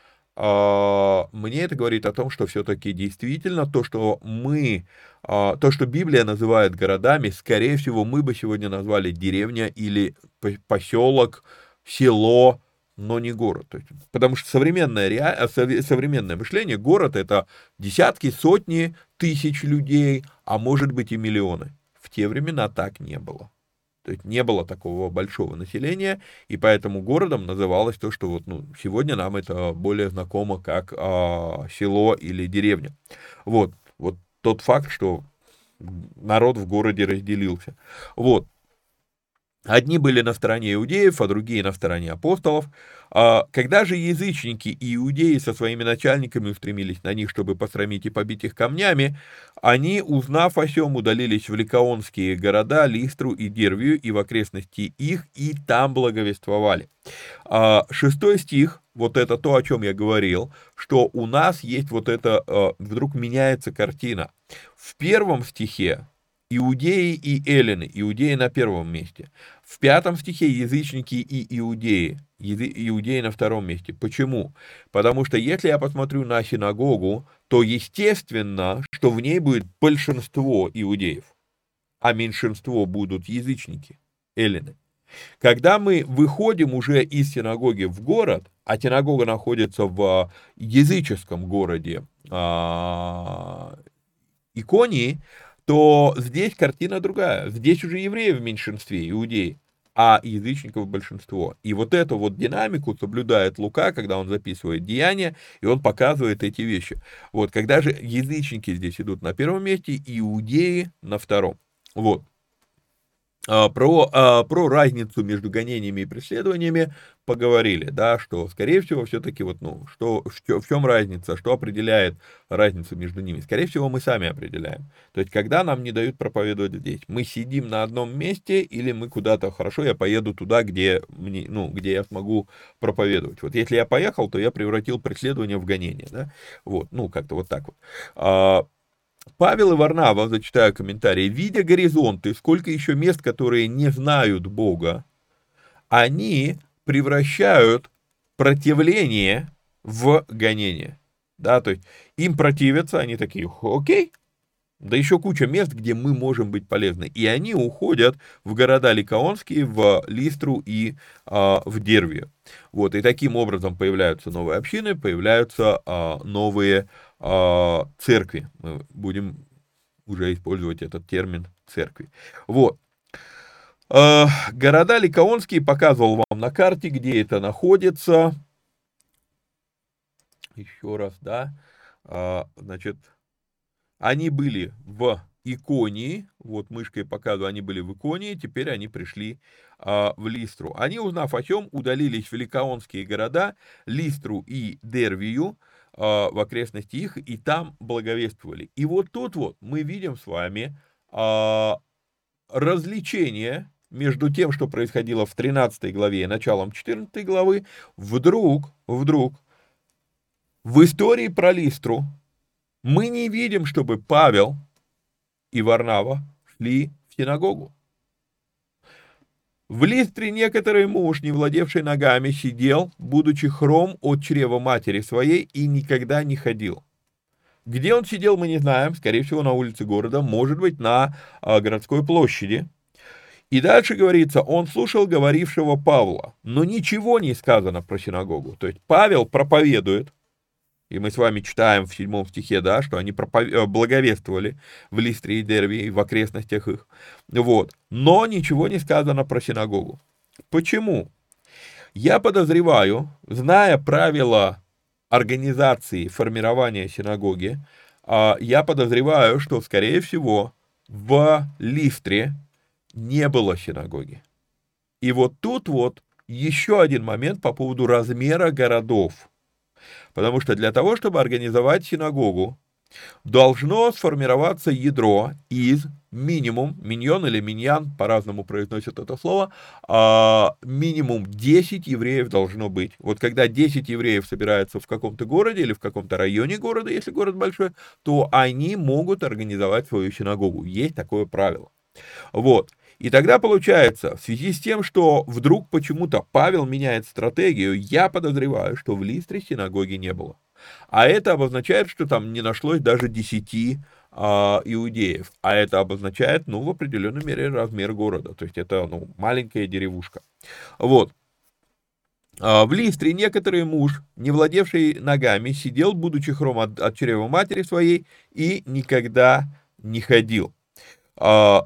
э, мне это говорит о том, что все-таки действительно то, что мы, э, то, что Библия называет городами, скорее всего, мы бы сегодня назвали деревня или поселок, село, но не город. То есть, потому что современное, ре... современное мышление, город — это десятки, сотни тысяч людей, а может быть и миллионы. В те времена так не было. То есть не было такого большого населения, и поэтому городом называлось то, что вот, ну, сегодня нам это более знакомо как а, село или деревня. Вот, вот тот факт, что народ в городе разделился. Вот. Одни были на стороне иудеев, а другие на стороне апостолов. Когда же язычники и иудеи со своими начальниками устремились на них, чтобы посрамить и побить их камнями, они, узнав о сем, удалились в ликаонские города, Листру и Дервию, и в окрестности их, и там благовествовали. Шестой стих, вот это то, о чем я говорил, что у нас есть вот это, вдруг меняется картина. В первом стихе иудеи и эллины, иудеи на первом месте. В пятом стихе язычники и иудеи, иудеи на втором месте. Почему? Потому что если я посмотрю на синагогу, то естественно, что в ней будет большинство иудеев, а меньшинство будут язычники, эллины. Когда мы выходим уже из синагоги в город, а синагога находится в языческом городе а, Иконии, то здесь картина другая. Здесь уже евреи в меньшинстве, иудеи, а язычников большинство. И вот эту вот динамику соблюдает Лука, когда он записывает Деяния, и он показывает эти вещи. Вот, когда же язычники здесь идут на первом месте, иудеи на втором. Вот. Про, про разницу между гонениями и преследованиями поговорили, да, что, скорее всего, все-таки, вот, ну, что, в чем разница, что определяет разницу между ними? Скорее всего, мы сами определяем. То есть, когда нам не дают проповедовать здесь, мы сидим на одном месте или мы куда-то, хорошо, я поеду туда, где, мне, ну, где я смогу проповедовать. Вот если я поехал, то я превратил преследование в гонение, да, вот, ну, как-то вот так вот. Павел и Варнава, зачитаю комментарии, видя горизонты, сколько еще мест, которые не знают Бога, они превращают противление в гонение. Да, то есть им противятся, они такие, окей, да еще куча мест, где мы можем быть полезны. И они уходят в города ликаонские, в Листру и а, в Дервию. Вот, и таким образом появляются новые общины, появляются а, новые церкви. Мы будем уже использовать этот термин церкви. Вот. Города ликаонские показывал вам на карте, где это находится. Еще раз, да. Значит, они были в Иконии. Вот мышкой показываю, они были в Иконии. Теперь они пришли в Листру. Они, узнав о чем, удалились в ликаонские города, Листру и Дервию, в окрестности их, и там благовествовали. И вот тут вот мы видим с вами а, различение между тем, что происходило в тринадцатой главе и началом четырнадцатой главы. Вдруг, вдруг, в истории про Листру мы не видим, чтобы Павел и Варнава шли в синагогу. В Листре некоторый муж, не владевший ногами, сидел, будучи хром от чрева матери своей, и никогда не ходил. Где он сидел, мы не знаем, скорее всего, на улице города, может быть, на а, городской площади. И дальше говорится, он слушал говорившего Павла, но ничего не сказано про синагогу. То есть Павел проповедует, И мы с вами читаем в седьмом стихе, да, что они пропов... благовествовали в Листре и Дербе и в окрестностях их. Вот. Но ничего не сказано про синагогу. Почему? Я подозреваю, зная правила организации формирования синагоги, я подозреваю, что, скорее всего, в Листре не было синагоги. И вот тут вот еще один момент по поводу размера городов. Потому что для того, чтобы организовать синагогу, должно сформироваться ядро из минимум, миньон или миньян, по-разному произносят это слово, а, минимум десять евреев должно быть. Вот когда десять евреев собираются в каком-то городе или в каком-то районе города, если город большой, то они могут организовать свою синагогу. Есть такое правило. Вот. И тогда получается, в связи с тем, что вдруг почему-то Павел меняет стратегию, я подозреваю, что в Листре синагоги не было. А это обозначает, что там не нашлось даже десяти а, иудеев. А это обозначает, ну, в определенной мере размер города. То есть это, ну, маленькая деревушка. Вот. А, в Листре некоторый муж, не владевший ногами, сидел, будучи хром от, от чрева матери своей, и никогда не ходил. А,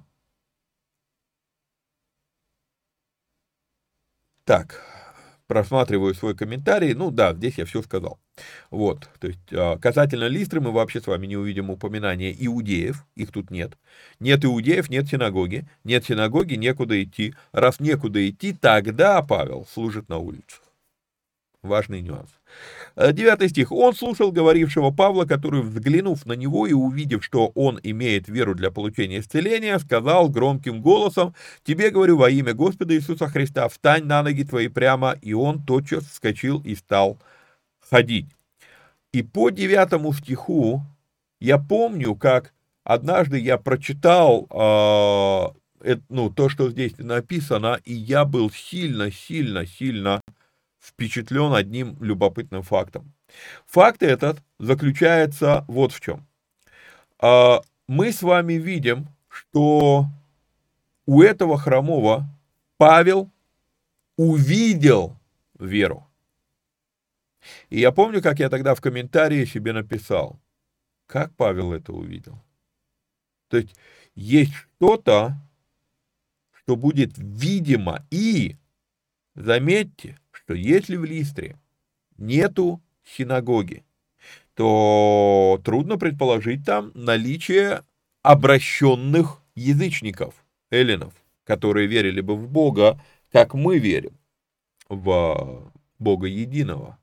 Так, просматриваю свой комментарий. Ну да, здесь я все сказал. Вот, то есть касательно Листры мы вообще с вами не увидим упоминания иудеев, их тут нет. Нет иудеев, нет синагоги. Нет синагоги, некуда идти. Раз некуда идти, тогда Павел служит на улицах. Важный нюанс. Девятый стих. «Он слушал говорившего Павла, который, взглянув на него и увидев, что он имеет веру для получения исцеления, сказал громким голосом: „Тебе говорю во имя Господа Иисуса Христа, встань на ноги твои прямо“, и он тотчас вскочил и стал ходить». И по девятому стиху я помню, как однажды я прочитал э, ну, то, что здесь написано, и я был сильно, сильно, сильно впечатлен одним любопытным фактом. Факт этот заключается вот в чем. Мы с вами видим, что у этого хромого Павел увидел веру. И я помню, как я тогда в комментарии себе написал, как Павел это увидел. То есть есть что-то, что будет видимо, и заметьте, что если в Листре нету синагоги, то трудно предположить там наличие обращенных язычников, эллинов, которые верили бы в Бога, как мы верим, в Бога единого.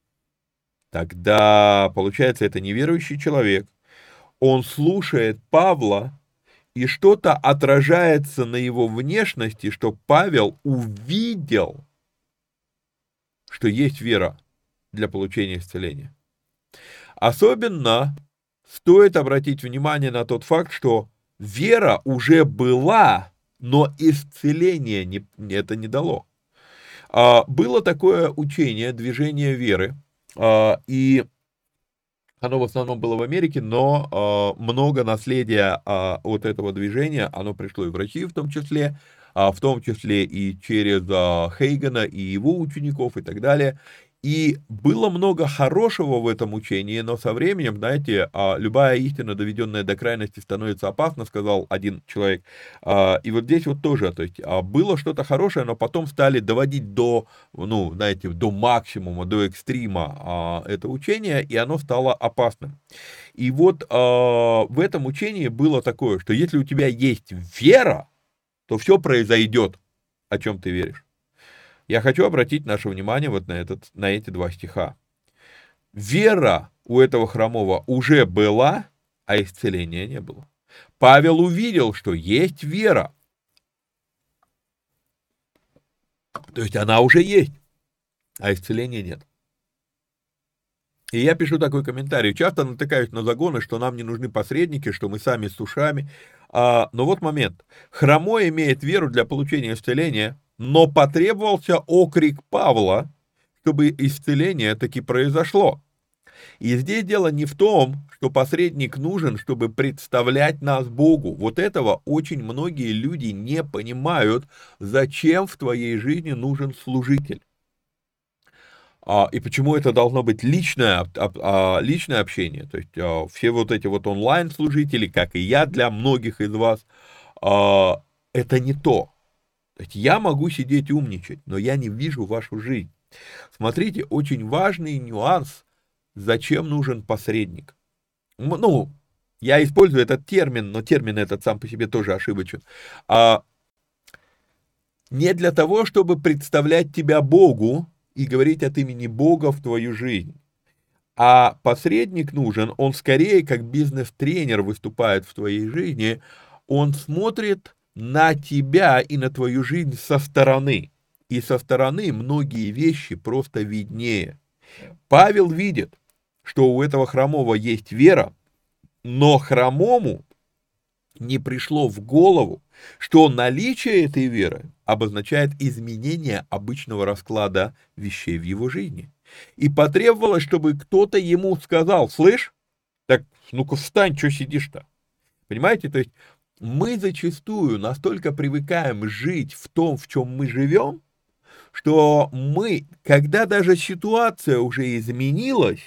Тогда, получается, это неверующий человек, он слушает Павла, и что-то отражается на его внешности, что Павел увидел, что есть вера для получения исцеления. Особенно стоит обратить внимание на тот факт, что вера уже была, но исцеление не, это не дало. А, было такое учение, движение веры, а, и оно в основном было в Америке, но а, много наследия а, от этого движения, оно пришло и в Россию в том числе, а, в том числе и через а, Хейгена и его учеников и так далее. И было много хорошего в этом учении, но со временем, знаете, любая истина, доведенная до крайности, становится опасна, сказал один человек. И вот здесь вот тоже, то есть было что-то хорошее, но потом стали доводить до, ну, знаете, до максимума, до экстрима это учение, и оно стало опасным. И вот в этом учении было такое, что если у тебя есть вера, то все произойдет, о чем ты веришь. Я хочу обратить наше внимание вот на, этот, на эти два стиха. Вера у этого хромого уже была, а исцеления не было. Павел увидел, что есть вера. То есть она уже есть, а исцеления нет. И я пишу такой комментарий. Часто натыкаюсь на загоны, что нам не нужны посредники, что мы сами с ушами. А, но вот момент. Хромой имеет веру для получения исцеления, но потребовался окрик Павла, чтобы исцеление таки произошло. И здесь дело не в том, что посредник нужен, чтобы представлять нас Богу. Вот этого очень многие люди не понимают, зачем в твоей жизни нужен служитель. А, и почему это должно быть личное, об- об- а, личное общение? То есть а, все вот эти вот онлайн-служители, как и я для многих из вас, а, это не то. То есть я могу сидеть и умничать, но я не вижу вашу жизнь. Смотрите, очень важный нюанс, зачем нужен посредник. М, Ну, я использую этот термин, но термин этот сам по себе тоже ошибочен. А, не для того, чтобы представлять тебя Богу и говорить от имени Бога в твою жизнь. А посредник нужен, он скорее как бизнес-тренер выступает в твоей жизни, он смотрит на тебя и на твою жизнь со стороны. И со стороны многие вещи просто виднее. Павел видит, что у этого хромого есть вера, но хромому не пришло в голову, что наличие этой веры обозначает изменение обычного расклада вещей в его жизни. И потребовалось, чтобы кто-то ему сказал: слышь, так ну-ка встань, что сидишь-то? Понимаете, то есть мы зачастую настолько привыкаем жить в том, в чем мы живем, что мы, когда даже ситуация уже изменилась,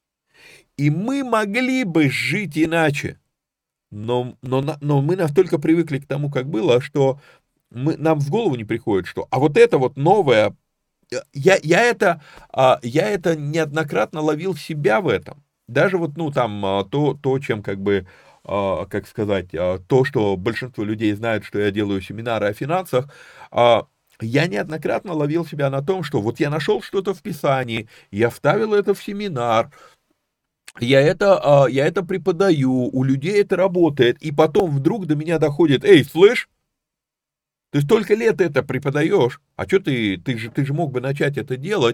и мы могли бы жить иначе, но, но, на- но мы настолько привыкли к тому, как было, что мы, нам в голову не приходит, что а вот это вот новое, э, я, я, это, а, я это неоднократно ловил себя в этом. Даже вот, ну, там, а, то, то, чем, как бы, а, как сказать, а, то, что большинство людей знают, что я делаю семинары о финансах, а, я неоднократно ловил себя на том, что вот я нашел что-то в Писании, я вставил это в семинар, я это, а, я это преподаю, у людей это работает, и потом вдруг до меня доходит: эй, слышь, ты столько лет это преподаешь, а что ты, ты же, ты же мог бы начать это делать.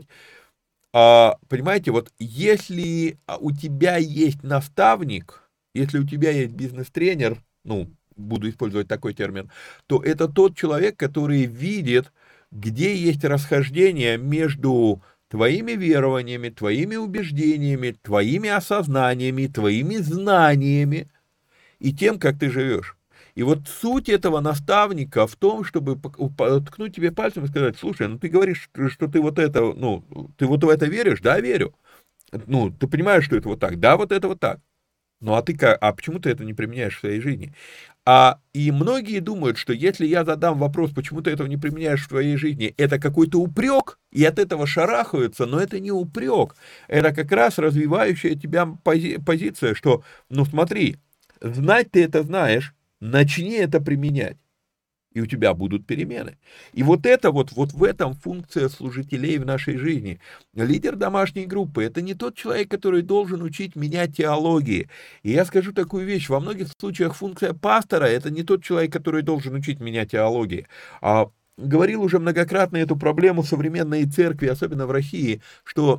А, понимаете, вот если а, у тебя есть наставник, если у тебя есть бизнес-тренер, ну, буду использовать такой термин, то это тот человек, который видит, где есть расхождение между твоими верованиями, твоими убеждениями, твоими осознаниями, твоими знаниями и тем, как ты живешь. И вот суть этого наставника в том, чтобы ткнуть тебе пальцем и сказать: слушай, ну ты говоришь, что ты вот это, ну, ты вот в это веришь? Да, верю. Ну, ты понимаешь, что это вот так? Да, вот это вот так. Ну, а ты как, а почему ты это не применяешь в своей жизни? А, и многие думают, что если я задам вопрос, почему ты этого не применяешь в твоей жизни, это какой-то упрек, и от этого шарахаются, но это не упрек, это как раз развивающая тебя пози- позиция, что, ну смотри, знать ты это знаешь, начни это применять, и у тебя будут перемены. И вот это вот, вот в этом функция служителей в нашей жизни. Лидер домашней группы — это не тот человек, который должен учить меня теологии. И я скажу такую вещь: во многих случаях функция пастора — это не тот человек, который должен учить меня теологии. А, говорил уже многократно эту проблему современной церкви, особенно в России, что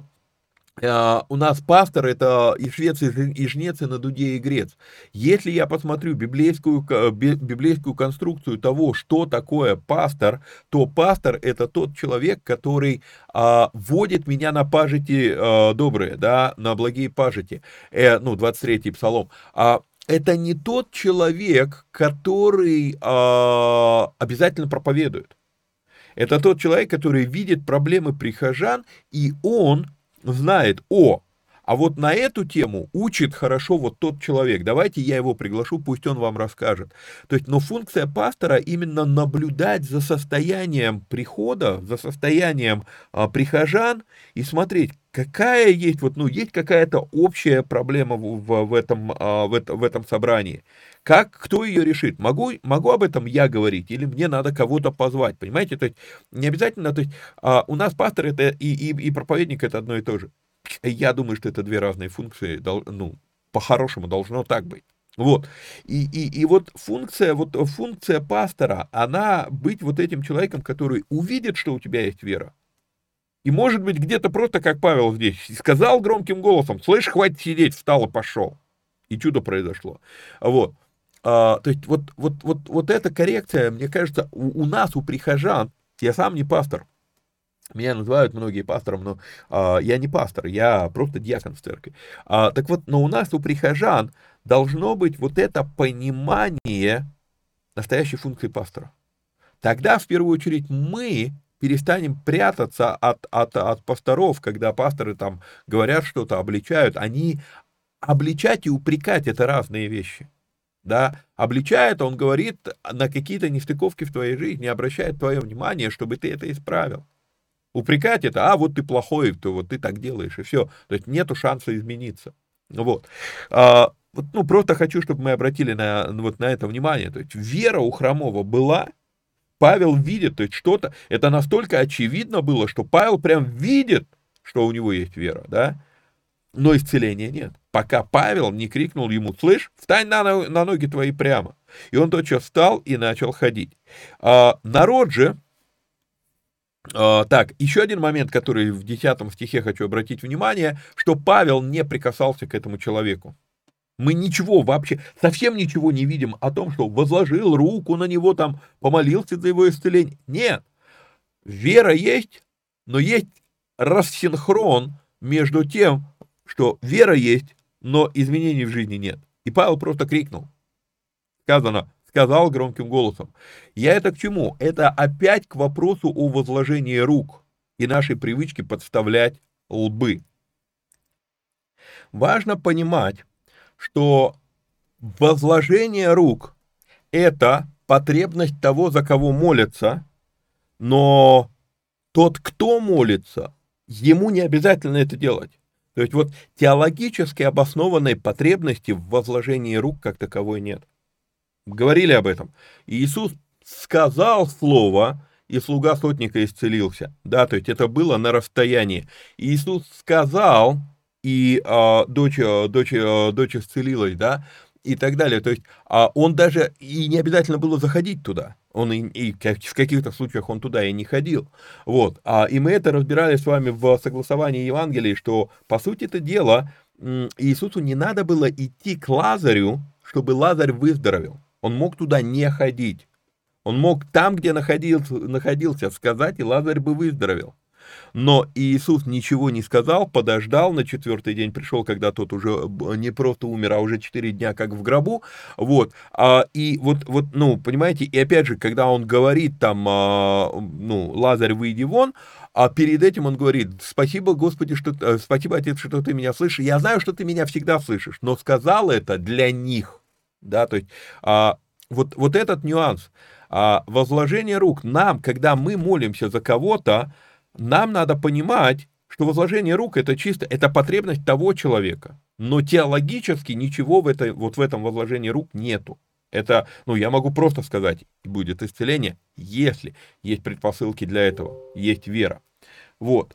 а, у нас пастор — это и швец, и жен- и жнец, и на дуде игрец. Если я посмотрю библейскую, ка- би- библейскую конструкцию того, что такое пастор, то пастор — это тот человек, который а, вводит меня на пажити а, добрые, да, на благие пажити. Э, ну, двадцать третий Псалом. А, это не тот человек, который а, обязательно проповедует. Это тот человек, который видит проблемы прихожан, и он знает: о, а вот на эту тему учит хорошо вот тот человек. Давайте я его приглашу, пусть он вам расскажет. То есть, но функция пастора именно наблюдать за состоянием прихода, за состоянием а, прихожан и смотреть, какая есть, вот, ну, есть какая-то общая проблема в, в, в этом, а, в, это- в этом собрании. Как, кто ее решит? Могу, могу об этом я говорить, или мне надо кого-то позвать, понимаете? То есть не обязательно, то есть а, у нас пастор это и, и, и проповедник это одно и то же. Я думаю, что это две разные функции, дол- ну, по-хорошему должно так быть. Вот. И, и, и вот функция, вот функция пастора, она быть вот этим человеком, который увидит, что у тебя есть вера. И может быть где-то просто, как Павел здесь, сказал громким голосом: слышь, хватит сидеть, встал и пошел. И чудо произошло. Вот. А, то есть вот, вот, вот, вот эта коррекция, мне кажется, у, у нас, у прихожан, я сам не пастор, меня называют многие пастором, но а, я не пастор, я просто диакон в церкви. А, так вот, но у нас, у прихожан, должно быть вот это понимание настоящей функции пастора. Тогда, в первую очередь, мы перестанем прятаться от, от, от пасторов, когда пасторы там говорят что-то, обличают. Они обличать и упрекать — это разные вещи. Да, обличает, он говорит на какие-то нестыковки в твоей жизни, обращает твое внимание, чтобы ты это исправил. Упрекать — это, а, вот ты плохой, то вот ты так делаешь, и все. То есть нету шанса измениться. Вот. А, вот, ну, просто хочу, чтобы мы обратили на, вот, на это внимание. То есть вера у Хромого была, Павел видит, то есть что-то, это настолько очевидно было, что Павел прям видит, что у него есть вера, да, но исцеления нет. Пока Павел не крикнул ему: слышь, встань на, на ноги твои прямо. И он тотчас встал и начал ходить. А, народ же, а, так, еще один момент, который в десятом стихе хочу обратить внимание, что Павел не прикасался к этому человеку. Мы ничего вообще, совсем ничего не видим о том, что возложил руку на него, там, помолился за его исцеление. Нет, вера есть, но есть рассинхрон между тем, что вера есть, но изменений в жизни нет. И Павел просто крикнул. Сказано, сказал громким голосом. Я это к чему? Это опять к вопросу о возложении рук и нашей привычке подставлять лбы. Важно понимать, что возложение рук — это потребность того, за кого молятся, но тот, кто молится, ему не обязательно это делать. То есть вот теологически обоснованной потребности в возложении рук как таковой нет. Говорили об этом. Иисус сказал слово, и слуга сотника исцелился. Да, то есть это было на расстоянии. Иисус сказал, и а, дочь, дочь, дочь исцелилась, да, и так далее. То есть а, он даже, и не обязательно было заходить туда. Он и, и в каких-то случаях он туда и не ходил. Вот. А, и мы это разбирали с вами в согласовании Евангелий, что, по сути это дело, Иисусу не надо было идти к Лазарю, чтобы Лазарь выздоровел. Он мог туда не ходить. Он мог там, где находился, находился, сказать, и Лазарь бы выздоровел. Но Иисус ничего не сказал, подождал, на четвертый день пришел, когда тот уже не просто умер, а уже четыре дня как в гробу, вот, а, и вот, вот, ну, понимаете, и опять же, когда он говорит там, а, ну, Лазарь, выйди вон, а перед этим он говорит: спасибо, Господи, что, спасибо, Отец, что ты меня слышишь, я знаю, что ты меня всегда слышишь, но сказал это для них, да, то есть, а, вот, вот этот нюанс, а, возложение рук нам, когда мы молимся за кого-то, нам надо понимать, что возложение рук — это чисто, это потребность того человека. Но теологически ничего в, этой, вот в этом возложении рук нету. Это, ну, я могу просто сказать, будет исцеление, если есть предпосылки для этого, есть вера. Вот.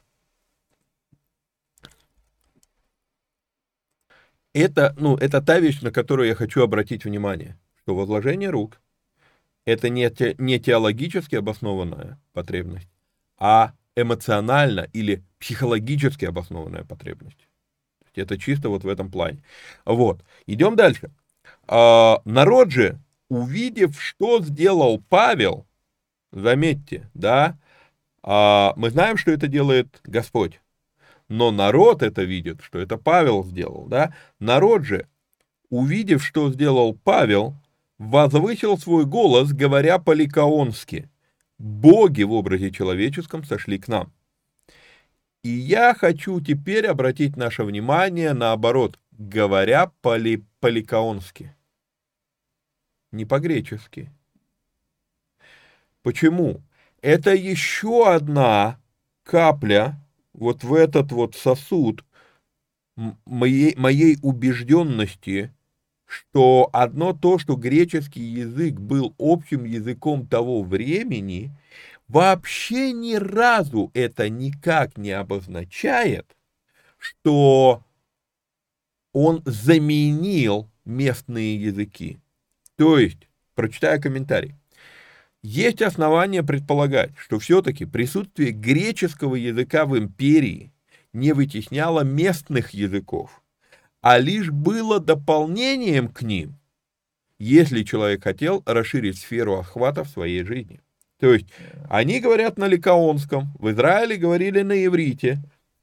Это, ну, это та вещь, на которую я хочу обратить внимание, что возложение рук — это не, те, не теологически обоснованная потребность, а эмоционально или психологически обоснованная потребность. Это чисто вот в этом плане. Вот. Идем дальше. А, народ же, увидев, что сделал Павел, заметьте, да, а, мы знаем, что это делает Господь, но народ это видит, что это Павел сделал, да. Народ же, увидев, что сделал Павел, возвысил свой голос, говоря по-ликаонски: боги в образе человеческом сошли к нам. И я хочу теперь обратить наше внимание наоборот, говоря по-ли, по-ликаонски, не по-гречески. Почему? Это еще одна капля вот в этот вот сосуд моей, моей убежденности, что одно то, что греческий язык был общим языком того времени, вообще ни разу это никак не обозначает, что он заменил местные языки. То есть, прочитаю комментарий. Есть основания предполагать, что все-таки присутствие греческого языка в империи не вытесняло местных языков, а лишь было дополнением к ним, если человек хотел расширить сферу охвата в своей жизни. То есть, они говорят на ликаонском, в Израиле говорили на иврите,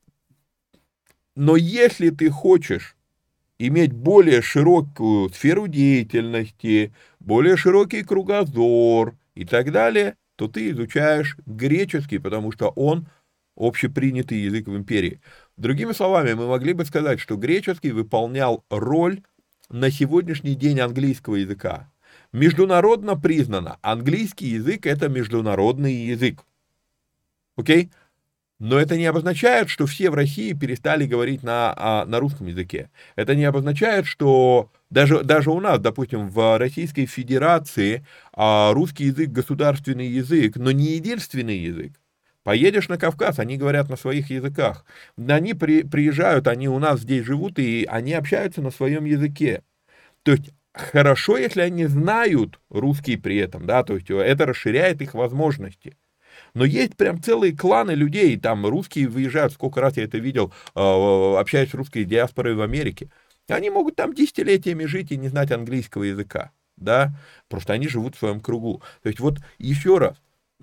но если ты хочешь иметь более широкую сферу деятельности, более широкий кругозор и так далее, то ты изучаешь греческий, потому что он общепринятый язык в империи. Другими словами, мы могли бы сказать, что греческий выполнял роль на сегодняшний день английского языка. Международно признано, английский язык – это международный язык. Окей? Но это не обозначает, что все в России перестали говорить на, на русском языке. Это не обозначает, что даже, даже у нас, допустим, в Российской Федерации русский язык – государственный язык, но не единственный язык. Поедешь на Кавказ, они говорят на своих языках. Они при, приезжают, они у нас здесь живут, и они общаются на своем языке. То есть хорошо, если они знают русский при этом, да, то есть это расширяет их возможности. Но есть прям целые кланы людей, там русские выезжают, сколько раз я это видел, общаясь с русской диаспорой в Америке. Они могут там десятилетиями жить и не знать английского языка, да, просто они живут в своем кругу. То есть вот еще раз,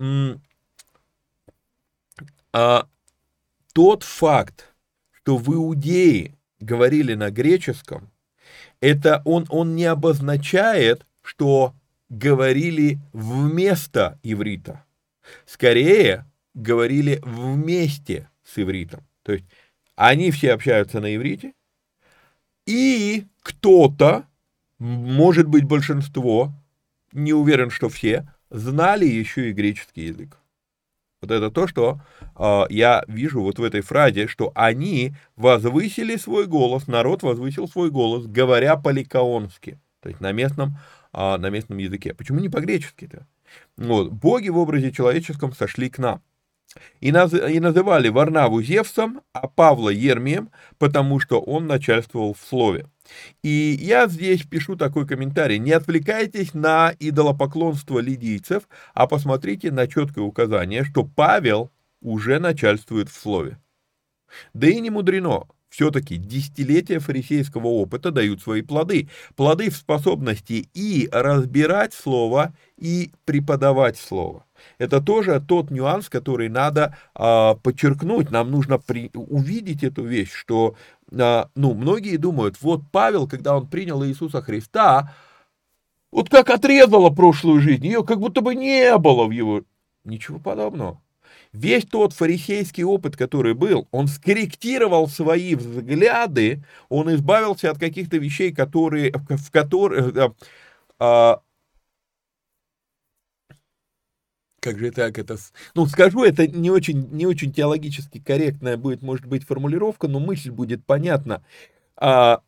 а, тот факт, что в Иудее говорили на греческом, это он, он не обозначает, что говорили вместо иврита. Скорее, говорили вместе с ивритом. То есть, они все общаются на иврите, и кто-то, может быть большинство, не уверен, что все, знали еще и греческий язык. Вот это то, что э, я вижу вот в этой фразе, что они возвысили свой голос, народ возвысил свой голос, говоря по-ликаонски, то есть на местном, э, на местном языке. Почему не по-гречески-то? Вот. Боги в образе человеческом сошли к нам. И, наз, и называли Варнаву Зевсом, а Павла Ермием, потому что он начальствовал в слове. И я здесь пишу такой комментарий. Не отвлекайтесь на идолопоклонство лидийцев, а посмотрите на четкое указание, что Павел уже начальствует в слове. Да и не мудрено. Все-таки десятилетия фарисейского опыта дают свои плоды. Плоды в способности и разбирать слово, и преподавать слово. Это тоже тот нюанс, который надо а, подчеркнуть. Нам нужно при, увидеть эту вещь, что а, ну, многие думают, вот Павел, когда он принял Иисуса Христа, вот как отрезало прошлую жизнь, ее как будто бы не было в его... Ничего подобного. Весь тот фарисейский опыт, который был, он скорректировал свои взгляды, он избавился от каких-то вещей, которые, в которых... А, как же так это... Ну, скажу, это не очень, не очень теологически корректная будет, может быть, формулировка, но мысль будет понятна. А,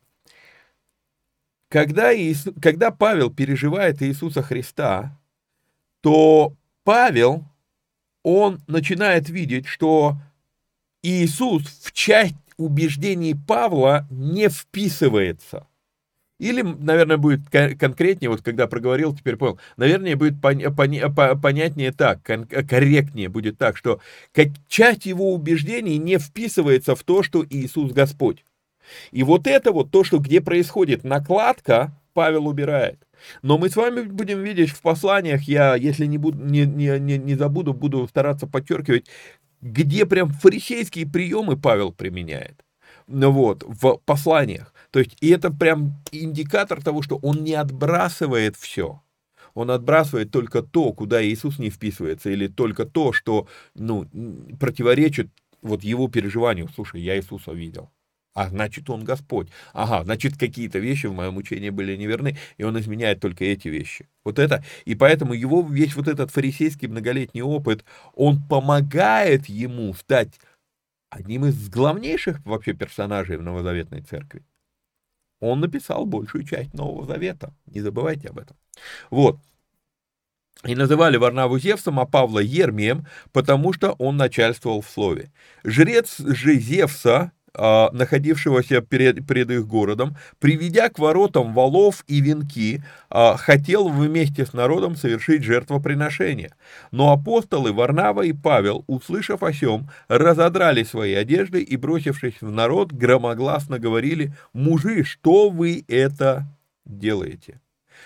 когда, Иисус, когда Павел переживает Иисуса Христа, то Павел, он начинает видеть, что Иисус в часть убеждений Павла не вписывается. Или, наверное, будет конкретнее, вот когда проговорил, теперь понял, наверное, будет понятнее так, корректнее будет так, что часть его убеждений не вписывается в то, что Иисус Господь. И вот это вот то, что где происходит накладка, Павел убирает. Но мы с вами будем видеть в посланиях, я, если не, буду, не, не, не, не забуду, буду стараться подчеркивать, где прям фарисейские приемы Павел применяет. Вот, в посланиях. То есть, и это прям индикатор того, что он не отбрасывает все. Он отбрасывает только то, куда Иисус не вписывается, или только то, что, ну, противоречит вот его переживанию. Слушай, я Иисуса видел. А значит, он Господь. Ага, значит, какие-то вещи в моем учении были неверны, и он изменяет только эти вещи. Вот это, и поэтому его весь вот этот фарисейский многолетний опыт, он помогает ему стать одним из главнейших вообще персонажей в Новозаветной Церкви. Он написал большую часть Нового Завета. Не забывайте об этом. Вот. И называли Варнаву Зевсом, а Павла Ермием, потому что он начальствовал в слове. Жрец же Зевса, находившегося перед, перед их городом, приведя к воротам валов и венки, хотел вместе с народом совершить жертвоприношение. Но апостолы Варнава и Павел, услышав о сем, разодрали свои одежды и, бросившись в народ, громогласно говорили: «Мужи, что вы это делаете?»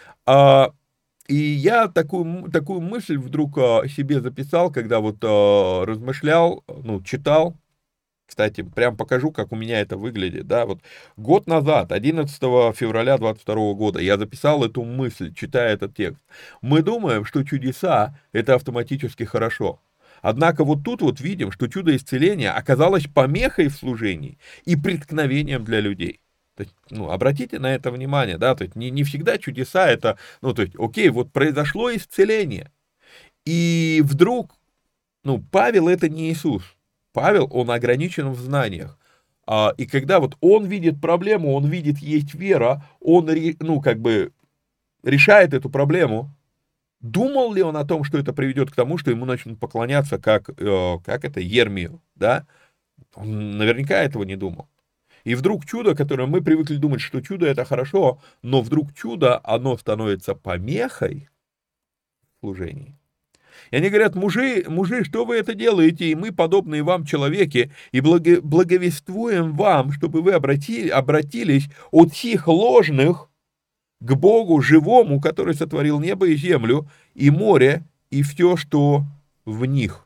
И я такую, такую мысль вдруг себе записал, когда вот размышлял, ну, читал Кстати, прям покажу, как у меня это выглядит, да, вот год назад, одиннадцатого февраля двадцать второго года, я записал эту мысль, читая этот текст. Мы думаем, что чудеса — это автоматически хорошо. Однако вот тут вот видим, что чудо исцеления оказалось помехой в служении и преткновением для людей. То есть, ну, обратите на это внимание, да, то есть не, не всегда чудеса это, ну, то есть, окей, вот произошло исцеление, и вдруг, ну, Павел — это не Иисус. Павел, он ограничен в знаниях. А, и когда вот он видит проблему, он видит, есть вера, он, ну, как бы решает эту проблему, думал ли он о том, что это приведет к тому, что ему начнут поклоняться, как, э, как это, Ермию, да? Он наверняка этого не думал. И вдруг чудо, которое мы привыкли думать, что чудо это хорошо, но вдруг чудо, оно становится помехой в служении. И они говорят: мужи, мужи, что вы это делаете? И мы, подобные вам человеки, и благо, благовествуем вам, чтобы вы обратили, обратились от сих ложных к Богу живому, который сотворил небо и землю, и море, и все, что в них.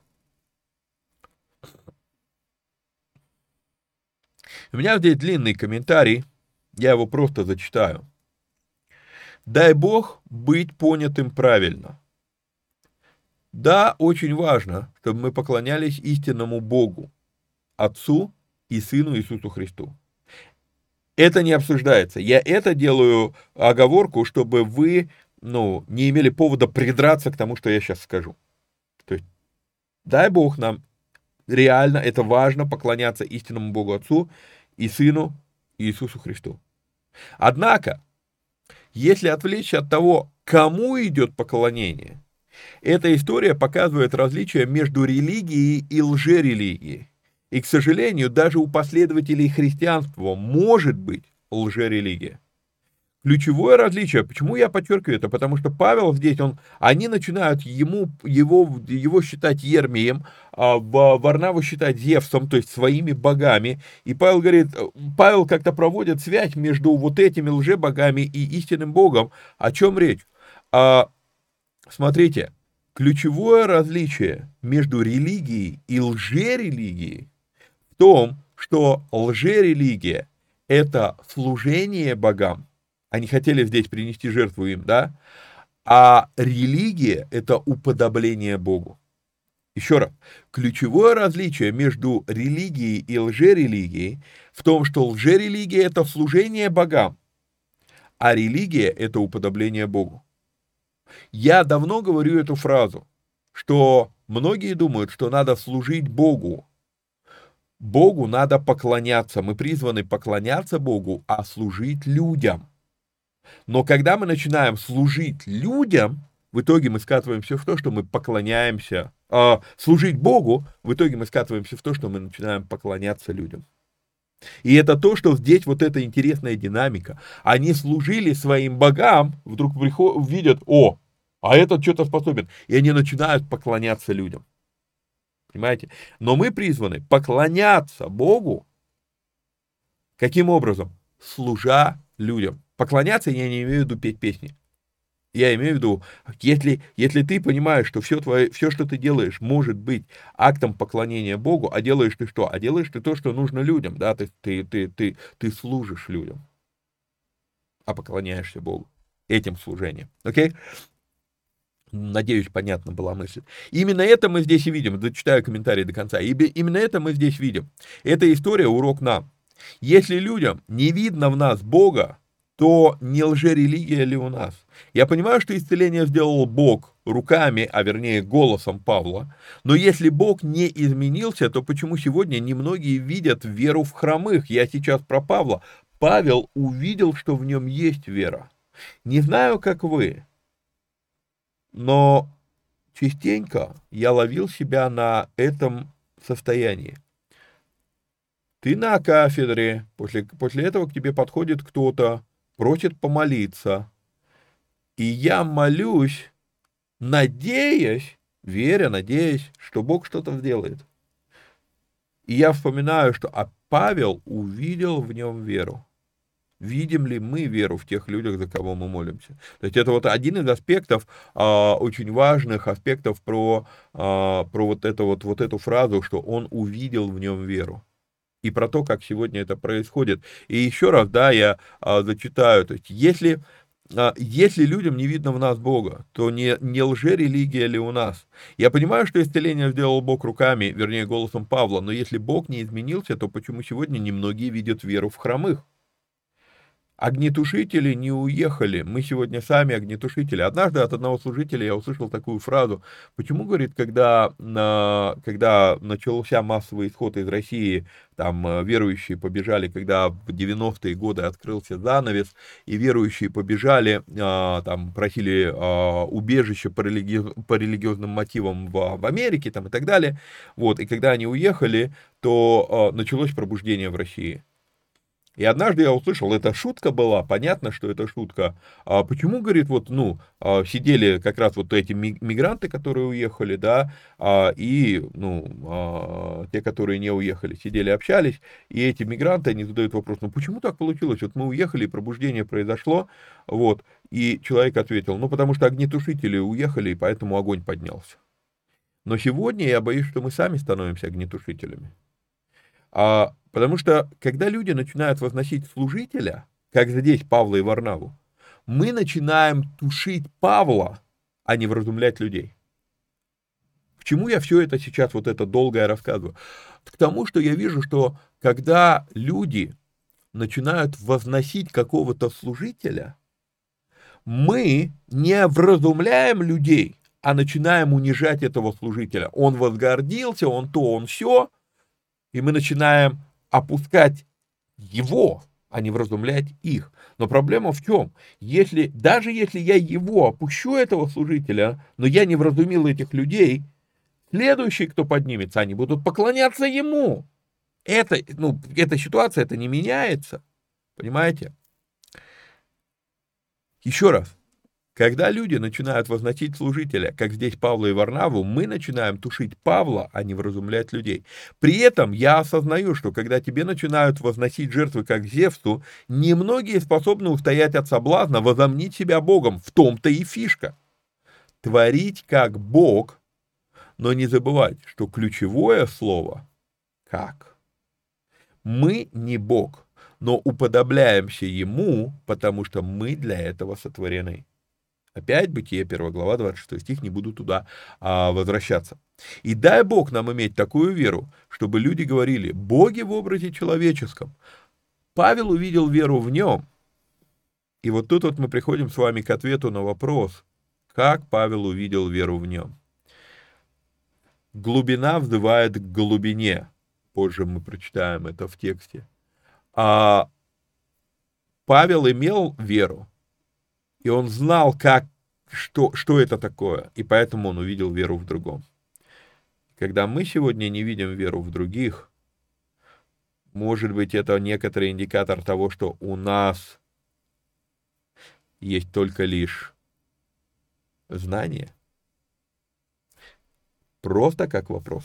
У меня здесь длинный комментарий, я его просто зачитаю. Дай Бог быть понятым правильно. Да, очень важно, чтобы мы поклонялись истинному Богу, Отцу и Сыну Иисусу Христу. Это не обсуждается. Я это делаю оговорку, чтобы вы, ну, не имели повода придраться к тому, что я сейчас скажу. То есть, дай Бог нам реально, это важно, поклоняться истинному Богу Отцу и Сыну Иисусу Христу. Однако, если отвлечься от того, кому идет поклонение, эта история показывает различия между религией и лжерелигией. И, к сожалению, даже у последователей христианства может быть лжерелигия. Ключевое различие, почему я подчеркиваю это, потому что Павел здесь, он, они начинают ему, его, его считать Ермием, а Варнаву считать Зевсом, то есть своими богами. И Павел говорит, Павел как-то проводит связь между вот этими лжебогами и истинным Богом. О чем речь? А, смотрите, ключевое различие между религией и лжерелигией в том, что лжерелигия — это служение богам. Они хотели здесь принести жертву им, да? А религия — это уподобление Богу. Еще раз, ключевое различие между религией и лжерелигией в том, что лжерелигия — это служение богам, а религия — это уподобление Богу. Я давно говорю эту фразу, что многие думают, что надо служить Богу. Богу надо поклоняться. Мы призваны поклоняться Богу, а служить людям. Но когда мы начинаем служить людям, в итоге мы скатываемся в то, что мы поклоняемся. А служить Богу, в итоге мы скатываемся в то, что мы начинаем поклоняться людям. И это то, что здесь вот эта интересная динамика. Они служили своим богам, вдруг приходят, видят, о, а этот что-то способен. И они начинают поклоняться людям. Понимаете? Но мы призваны поклоняться Богу. Каким образом? Служа людям. Поклоняться я не имею в виду петь песни. Я имею в виду, если, если ты понимаешь, что все, твое, все, что ты делаешь, может быть актом поклонения Богу, а делаешь ты что? А делаешь ты то, что нужно людям, да, ты, ты, ты, ты, ты служишь людям, а поклоняешься Богу этим служением, окей? Надеюсь, понятна была мысль. Именно это мы здесь и видим, зачитаю комментарий до конца, именно это мы здесь видим. Эта история урок нам. Если людям не видно в нас Бога, то не лжерелигия ли у нас? Я понимаю, что исцеление сделал Бог руками, а вернее голосом Павла, но если Бог не изменился, то почему сегодня немногие видят веру в хромых? Я сейчас про Павла. Павел увидел, что в нем есть вера. Не знаю, как вы, но частенько я ловил себя на этом состоянии. Ты на кафедре, после, после этого к тебе подходит кто-то, просит помолиться. И я молюсь, надеясь, веря, надеясь, что Бог что-то сделает. И я вспоминаю, что а Павел увидел в нем веру. Видим ли мы веру в тех людях, за кого мы молимся? То есть это вот один из аспектов, а, очень важных аспектов про, а, про вот, это вот, вот эту фразу, что он увидел в нем веру. и про то, как сегодня это происходит. И еще раз, да, я а, зачитаю, то есть, если, а, если людям не видно в нас Бога, то не, не лжерелигия ли у нас? Я понимаю, что исцеление сделал Бог руками, вернее, голосом Павла, но если Бог не изменился, то почему сегодня немногие видят веру в хромых? Огнетушители не уехали, мы сегодня сами огнетушители. Однажды от одного служителя я услышал такую фразу. Почему, говорит, когда, на, когда начался массовый исход из России, там э, верующие побежали, когда в девяностые годы открылся занавес, и верующие побежали, а, там просили а, убежище по, религи... по религиозным мотивам в, в Америке там, и так далее, вот, и когда они уехали, то а, началось пробуждение в России. И однажды я услышал, это шутка была, понятно, что это шутка. А почему, говорит, вот, ну, а, сидели как раз вот эти мигранты, которые уехали, да, а, и, ну, а, те, которые не уехали, сидели, общались, и эти мигранты, они задают вопрос, ну, почему так получилось? Вот мы уехали, и пробуждение произошло, вот, и человек ответил, ну, потому что огнетушители уехали, и поэтому огонь поднялся. Но сегодня я боюсь, что мы сами становимся огнетушителями. А, потому что, когда люди начинают возносить служителя, как здесь Павла и Варнаву, мы начинаем тушить Павла, а не вразумлять людей. К чему я все это сейчас, вот это долгое рассказываю? К тому, что я вижу, что когда люди начинают возносить какого-то служителя, мы не вразумляем людей, а начинаем унижать этого служителя. Он возгордился, он то, он сё, и мы начинаем опускать его, а не вразумлять их. Но проблема в чем? Если, даже если я его опущу, этого служителя, но я не вразумил этих людей, следующие, кто поднимется, они будут поклоняться ему. Это, ну, эта ситуация, это не меняется. Понимаете? Еще раз. Когда люди начинают возносить служителя, как здесь Павла и Варнаву, мы начинаем тушить Павла, а не вразумлять людей. При этом я осознаю, что когда тебе начинают возносить жертвы, как Зевсу, немногие способны устоять от соблазна возомнить себя Богом. В том-то и фишка. Творить как Бог, но не забывать, что ключевое слово «как». Мы не Бог, но уподобляемся Ему, потому что мы для этого сотворены. Опять Бытие, первая глава, двадцать шестой стих, не буду туда а, возвращаться. И дай Бог нам иметь такую веру, чтобы люди говорили, боги в образе человеческом. Павел увидел веру в нем. И вот тут вот мы приходим с вами к ответу на вопрос, как Павел увидел веру в нем. Глубина взывает к глубине. Позже мы прочитаем это в тексте. А Павел имел веру. И он знал, как, что, что это такое, и поэтому он увидел веру в другом. Когда мы сегодня не видим веру в других, может быть, это некоторый индикатор того, что у нас есть только лишь знание. Просто как вопрос.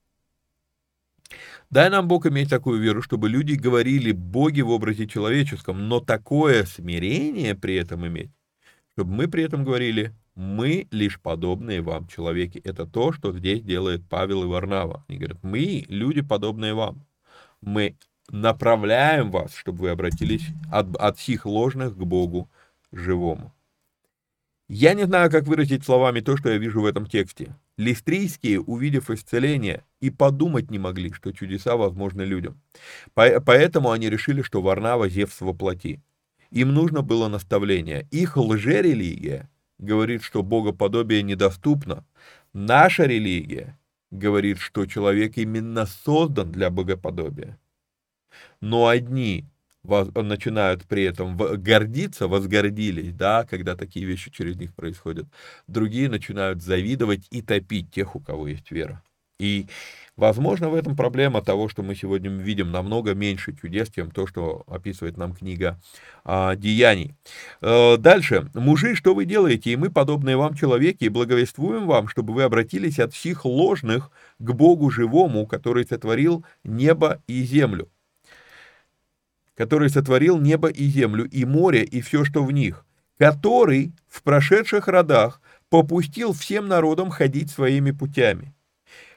Дай нам Бог иметь такую веру, чтобы люди говорили боги в образе человеческом, но такое смирение при этом иметь, чтобы мы при этом говорили, мы лишь подобные вам человеки. Это то, что здесь делает Павел и Варнава. Они говорят, мы люди, подобные вам. Мы направляем вас, чтобы вы обратились от, от сих ложных к Богу живому. Я не знаю, как выразить словами то, что я вижу в этом тексте. Листрийские, увидев исцеление, и подумать не могли, что чудеса возможны людям. Поэтому они решили, что Варнава Зевс воплоти. Им нужно было наставление. Их лжерелигия говорит, что богоподобие недоступно. Наша религия говорит, что человек именно создан для богоподобия. Но одни начинают при этом гордиться, возгордились, да, когда такие вещи через них происходят. Другие начинают завидовать и топить тех, у кого есть вера. И, возможно, в этом проблема того, что мы сегодня видим намного меньше чудес, чем то, что описывает нам книга а, Деяний. А, дальше. «Мужи, что вы делаете? И мы, подобные вам человеки, благовествуем вам, чтобы вы обратились от всех ложных к Богу живому, который сотворил небо и землю». который сотворил небо и землю, и море, и все, что в них, который в прошедших родах попустил всем народам ходить своими путями.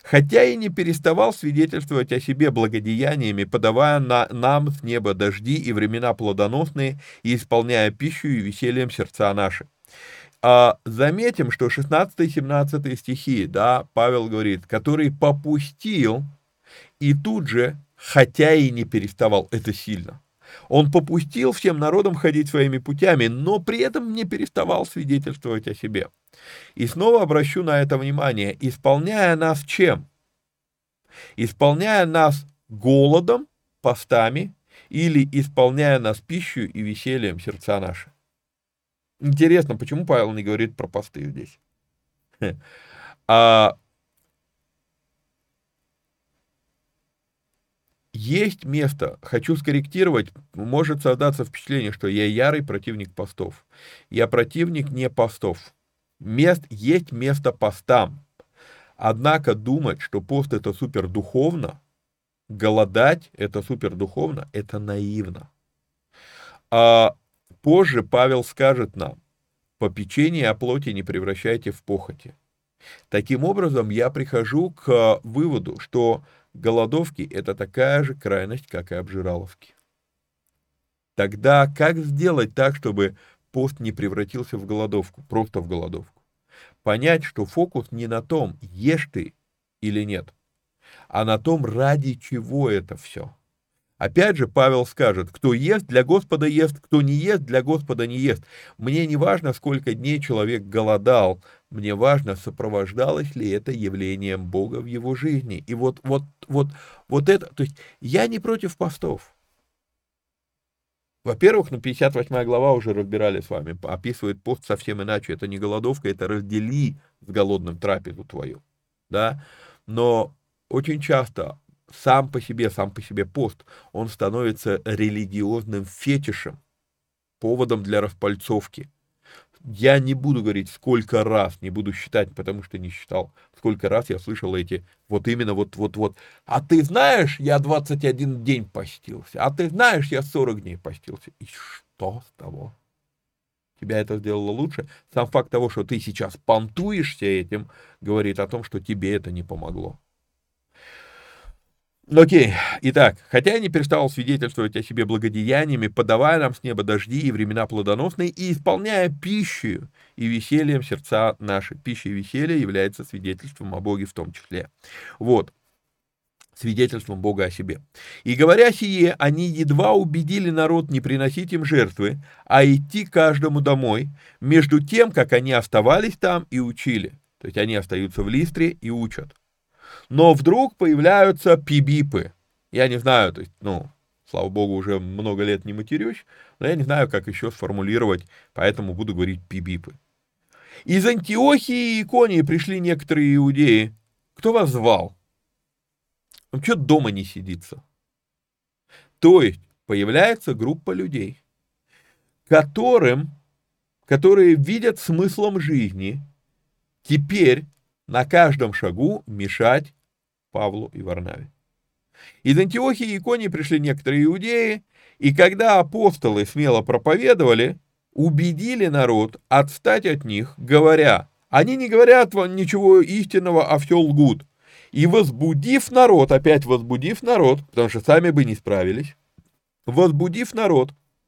хотя и не переставал свидетельствовать о себе благодеяниями, подавая на, нам с неба дожди и времена плодоносные, и исполняя пищу и весельем сердца наши. А заметим, что шестнадцатый-семнадцатый стихи, да, Павел говорит, который попустил, и тут же, хотя и не переставал, это сильно. Он попустил всем народам ходить своими путями, но при этом не переставал свидетельствовать о себе. И снова обращу на это внимание, исполняя нас чем? Исполняя нас голодом, постами, или исполняя нас пищей и весельем сердца наши. Интересно, почему Павел не говорит про посты здесь? А есть место, хочу скорректировать, может создаться впечатление, что я ярый противник постов. Я противник не постов. Мест, есть место постам. Однако думать, что пост это супердуховно, голодать это супердуховно, это наивно. А позже Павел скажет нам, попечение о плоти не превращайте в похоти. Таким образом, я прихожу к выводу, что голодовки – это такая же крайность, как и обжираловки. Тогда как сделать так, чтобы пост не превратился в голодовку, просто в голодовку? Понять, что фокус не на том, ешь ты или нет, а на том, ради чего это все. Опять же, Павел скажет, кто ест, для Господа ест, кто не ест, для Господа не ест. Мне не важно, сколько дней человек голодал, мне важно, сопровождалось ли это явлением Бога в его жизни. И вот, вот, вот, вот это, то есть я не против постов. Во-первых, ну, пятьдесят восьмая глава уже разбирали с вами, описывает пост совсем иначе. Это не голодовка, это раздели с голодным трапезу твою, да. Но очень часто сам по себе, сам по себе пост, он становится религиозным фетишем, поводом для распальцовки. Я не буду говорить, сколько раз, не буду считать, потому что не считал, сколько раз я слышал эти, вот именно вот, вот, вот. А ты знаешь, я двадцать один день постился, а ты знаешь, я сорок дней постился. И что с того? Тебя это сделало лучше? Сам факт того, что ты сейчас понтуешься этим, говорит о том, что тебе это не помогло. Окей, итак, хотя я не переставал свидетельствовать о себе благодеяниями, подавая нам с неба дожди и времена плодоносные, и исполняя пищу и весельем сердца наши. Пища и веселье является свидетельством о Боге в том числе. Вот, свидетельством Бога о себе. И говоря сие, они едва убедили народ не приносить им жертвы, а идти каждому домой, между тем, как они оставались там и учили. То есть они остаются в Листре и учат. Но вдруг появляются пибипы. Я не знаю, то есть, ну, слава богу, уже много лет не матерюсь, но я не знаю, как еще сформулировать, поэтому буду говорить пибипы. Из Антиохии и Иконии пришли некоторые иудеи. Кто вас звал? Ну, что дома не сидится? То есть, появляется группа людей, которым, которые видят смыслом жизни, теперь на каждом шагу мешать Павлу и Варнаве. Из Антиохии и Иконии пришли некоторые иудеи, и когда апостолы смело проповедовали, убедили народ отстать от них, говоря, они не говорят вам ничего истинного, а все лгут. И возбудив народ, опять возбудив народ, потому что сами бы не справились, возбудив народ,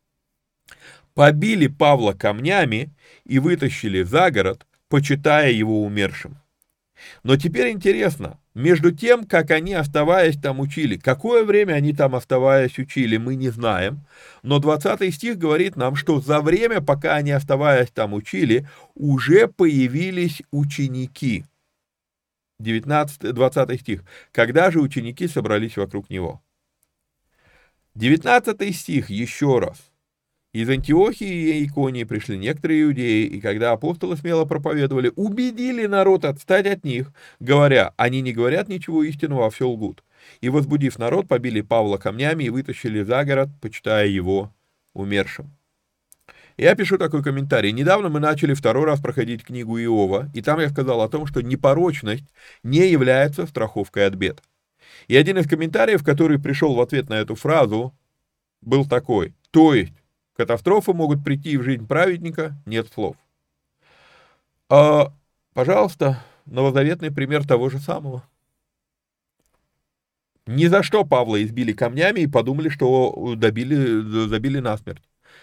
побили Павла камнями и вытащили за город, почитая его умершим. Но теперь интересно, между тем, как они, оставаясь там, учили, какое время они там, оставаясь, учили, мы не знаем, но двадцатый стих говорит нам, что за время, пока они, оставаясь там, учили, уже появились ученики. девятнадцатый, двадцатый стих. Когда же ученики собрались вокруг него? девятнадцатый стих, еще раз. Из Антиохии и Иконии пришли некоторые иудеи, и когда апостолы смело проповедовали, убедили народ отстать от них, говоря, они не говорят ничего истинного, а все лгут. И, возбудив народ, побили Павла камнями и вытащили за город, почитая его умершим. Я пишу такой комментарий. Недавно мы начали второй раз проходить книгу Иова, и там я сказал о том, что непорочность не является страховкой от бед. И один из комментариев, который пришел в ответ на эту фразу, был такой. То есть, катастрофы могут прийти в жизнь праведника, нет слов. А, пожалуйста, новозаветный пример того же самого. Ни за что Павла избили камнями и подумали, что добили, забили насмерть.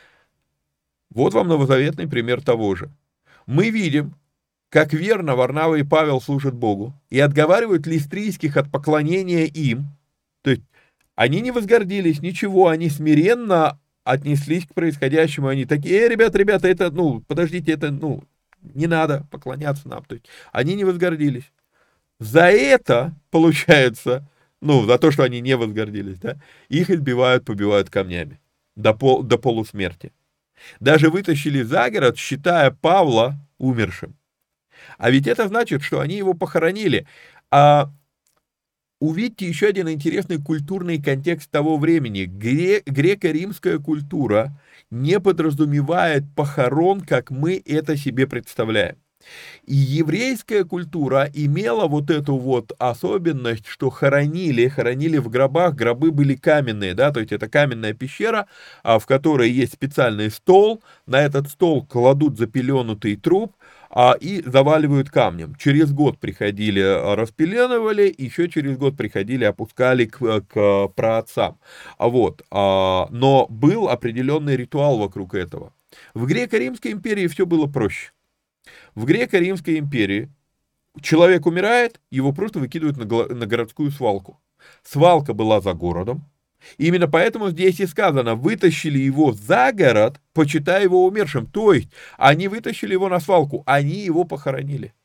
Вот вам новозаветный пример того же. Мы видим, как верно Варнава и Павел служат Богу и отговаривают листрийских от поклонения им. То есть они не возгордились, ничего, они смиренно отнеслись к происходящему. Они такие: э, ребята, ребята, это, ну, подождите, это, ну, не надо поклоняться нам. То есть они не возгордились. За это, получается, ну, за то, что они не возгордились, да, их избивают, побивают камнями до, пол, до полусмерти. Даже вытащили за город, считая Павла умершим. А ведь это значит, что они его похоронили. А увидьте еще один интересный культурный контекст того времени. Гре- греко-римская культура не подразумевает похорон, как мы это себе представляем. И еврейская культура имела вот эту вот особенность, что хоронили, хоронили в гробах, гробы были каменные, да, то есть это каменная пещера, в которой есть специальный стол, на этот стол кладут запеленутый труп, а, и заваливают камнем. Через год приходили, распеленывали, еще через год приходили, опускали к, к праотцам. А вот, а, но был определенный ритуал вокруг этого. В Греко-Римской империи все было проще. В Греко-Римской империи человек умирает, его просто выкидывают на, на городскую свалку. Свалка была за городом. Именно поэтому здесь и сказано: вытащили его за город, почитая его умершим. То есть они вытащили его на свалку, они его похоронили.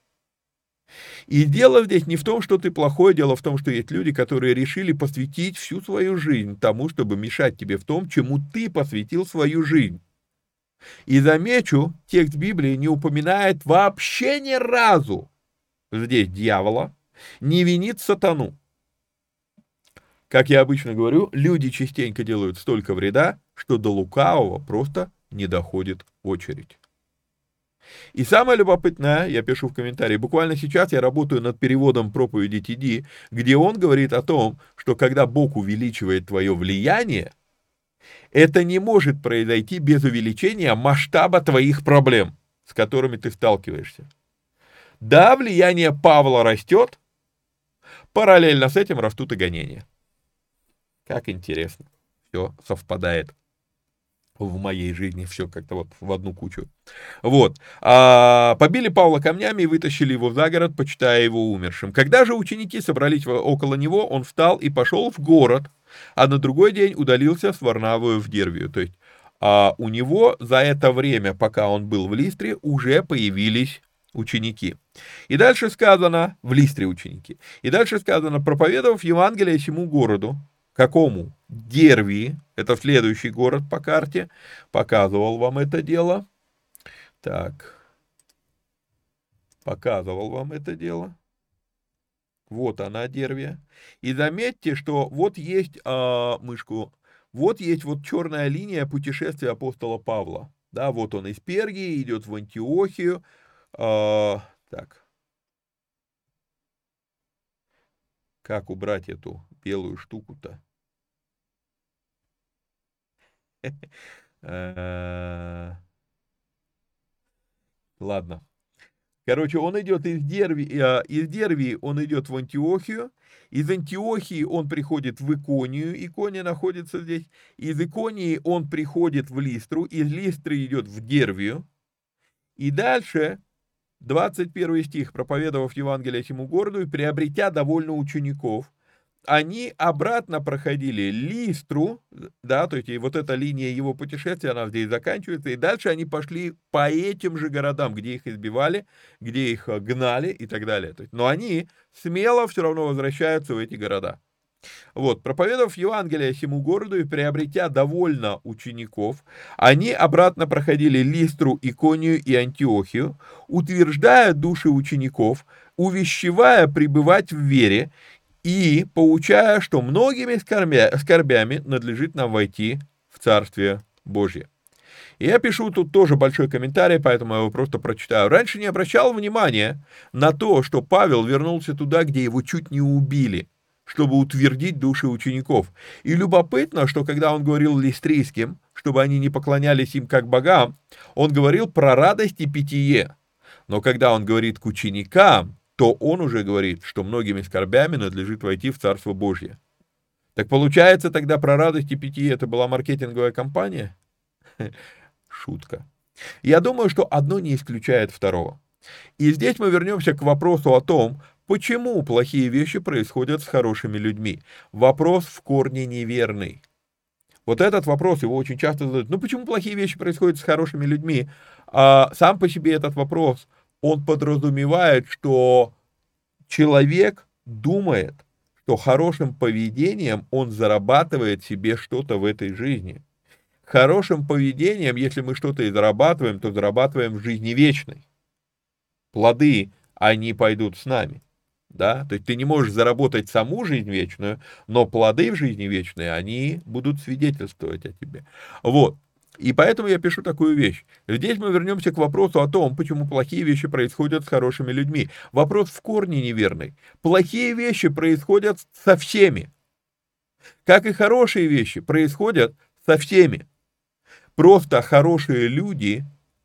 И дело здесь не в том, что ты плохой, дело в том, что есть люди, которые решили посвятить всю свою жизнь тому, чтобы мешать тебе в том, чему ты посвятил свою жизнь. И замечу, текст Библии не упоминает вообще ни разу здесь дьявола, не винит сатану. Как я обычно говорю, люди частенько делают столько вреда, что до лукавого просто не доходит очередь. И самое любопытное, я пишу в комментарии, буквально сейчас я работаю над переводом проповеди Ти Ди, где он говорит о том, что когда Бог увеличивает твое влияние, это не может произойти без увеличения масштаба твоих проблем, с которыми ты сталкиваешься. Да, влияние Павла растет, параллельно с этим растут и гонения. Как интересно, все совпадает в моей жизни, все как-то вот в одну кучу. Вот, а, побили Павла камнями и вытащили его за город, почитая его умершим. Когда же ученики собрались около него, он встал и пошел в город, а на другой день удалился с Варнавою в Дервию. То есть а у него за это время, пока он был в Листре, уже появились ученики. И дальше сказано, в Листре ученики, и дальше сказано: проповедовав Евангелие сему городу. Какому? Дервии, это следующий город по карте, показывал вам это дело. Так, показывал вам это дело. Вот она, Дервия. И заметьте, что вот есть а, мышку, вот есть вот черная линия путешествия апостола Павла. Да, вот он из Пергии идет в Антиохию. А, так. Как убрать эту белую штуку-то? Ладно. Короче, он идет из Дервии, из Дервии он идет в Антиохию, из Антиохии он приходит в Иконию, Икония находится здесь, из Иконии он приходит в Листру, из Листры идет в Дервию, и дальше, двадцать первый стих, проповедовав Евангелие сему городу и приобретя довольно учеников, они обратно проходили Листру, да, то есть и вот эта линия его путешествия, она здесь заканчивается, и дальше они пошли по этим же городам, где их избивали, где их гнали и так далее. То есть, но они смело все равно возвращаются в эти города. Вот, проповедовав Евангелие сему городу и приобретя довольно учеников, они обратно проходили Листру, Иконию и Антиохию, утверждая души учеников, увещевая пребывать в вере, и поучая, что многими скорбя, скорбями надлежит нам войти в Царствие Божье. И я пишу тут тоже большой комментарий, поэтому я его просто прочитаю. Раньше не обращал внимания на то, что Павел вернулся туда, где его чуть не убили, чтобы утвердить души учеников. И любопытно, что когда он говорил листрийским, чтобы они не поклонялись им как богам, он говорил про радость и питье. Но когда он говорит к ученикам, то он уже говорит, что многими скорбями надлежит войти в Царство Божье. Так получается, тогда про радости пяти это была маркетинговая кампания? Шутка. Я думаю, что одно не исключает второго. И здесь мы вернемся к вопросу о том, почему плохие вещи происходят с хорошими людьми. Вопрос в корне неверный. Вот этот вопрос, его очень часто задают. Ну, почему плохие вещи происходят с хорошими людьми? А сам по себе этот вопрос, он подразумевает, что человек думает, что хорошим поведением он зарабатывает себе что-то в этой жизни. Хорошим поведением, если мы что-то и зарабатываем, то зарабатываем в жизни вечной. Плоды, они пойдут с нами. Да? То есть ты не можешь заработать саму жизнь вечную, но плоды в жизни вечной, они будут свидетельствовать о тебе. Вот. И поэтому я пишу такую вещь. Здесь мы вернемся к вопросу о том, почему плохие вещи происходят с хорошими людьми. Вопрос в корне неверный. Плохие вещи происходят со всеми. Как и хорошие вещи происходят со всеми. Просто хорошие люди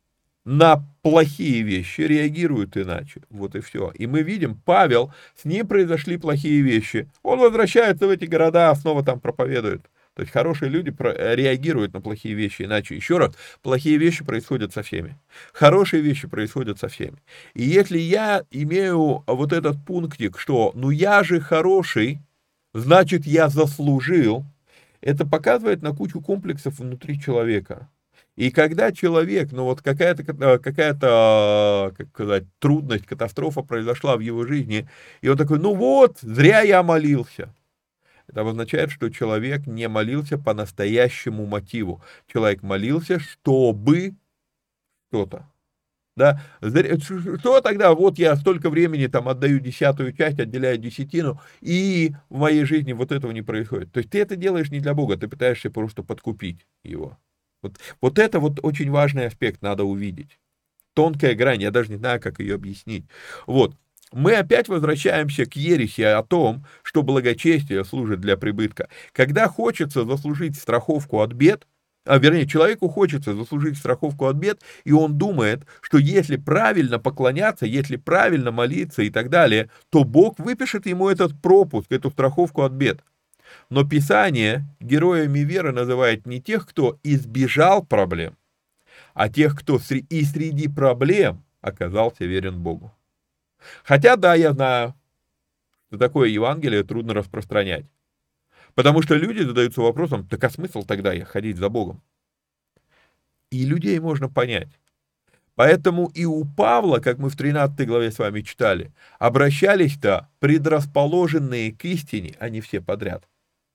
на плохие вещи реагируют иначе. Вот и все. И мы видим, Павел, с ним произошли плохие вещи. Он возвращается в эти города, снова там проповедует. То есть хорошие люди реагируют на плохие вещи иначе. Еще раз, плохие вещи происходят со всеми. Хорошие вещи происходят со всеми. И если я имею вот этот пунктик, что ну я же хороший, значит я заслужил, это показывает на кучу комплексов внутри человека. И когда человек, ну вот какая-то, какая-то, как сказать, трудность, катастрофа произошла в его жизни, и он такой, ну вот, зря я молился. Это означает, что человек не молился по настоящему мотиву. Человек молился, чтобы что-то. Да? Что тогда, вот я столько времени там отдаю десятую часть, отделяю десятину, и в моей жизни вот этого не происходит. То есть ты это делаешь не для Бога, ты пытаешься просто подкупить его. Вот, вот это вот очень важный аспект надо увидеть. Тонкая грань, я даже не знаю, как ее объяснить. Вот. Мы опять возвращаемся к ереси о том, что благочестие служит для прибытка. Когда хочется заслужить страховку от бед, а вернее, человеку хочется заслужить страховку от бед, и он думает, что если правильно поклоняться, если правильно молиться и так далее, то Бог выпишет ему этот пропуск, эту страховку от бед. Но Писание героями веры называет не тех, кто избежал проблем, а тех, кто и среди проблем оказался верен Богу. Хотя, да, я знаю, что такое Евангелие трудно распространять. Потому что люди задаются вопросом, так а смысл тогда ходить за Богом? И людей можно понять. Поэтому и у Павла, как мы в тринадцатой главе с вами читали, обращались-то предрасположенные к истине, а не все подряд.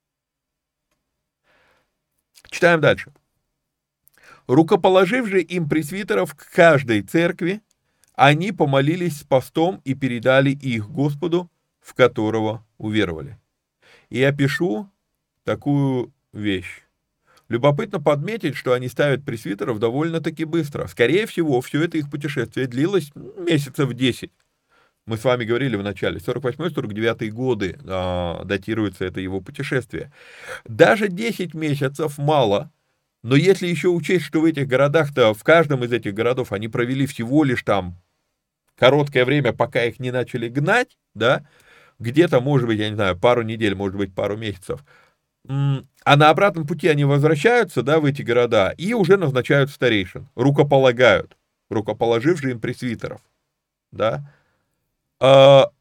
Читаем дальше. Рукоположив же им пресвитеров к каждой церкви, они помолились с постом и передали их Господу, в которого уверовали. И я пишу такую вещь. Любопытно подметить, что они ставят пресвитеров довольно-таки быстро. Скорее всего, все это их путешествие длилось месяцев десять. Мы с вами говорили в начале, сорок восьмой сорок девятый годы а, датируется это его путешествие. Даже десять месяцев мало, но если еще учесть, что в этих городах-то, в каждом из этих городов они провели всего лишь там короткое время, пока их не начали гнать, да, где-то, может быть, я не знаю, пару недель, может быть, пару месяцев, а на обратном пути они возвращаются, да, в эти города и уже назначают старейшин, рукополагают, рукоположив же им пресвитеров, да. А,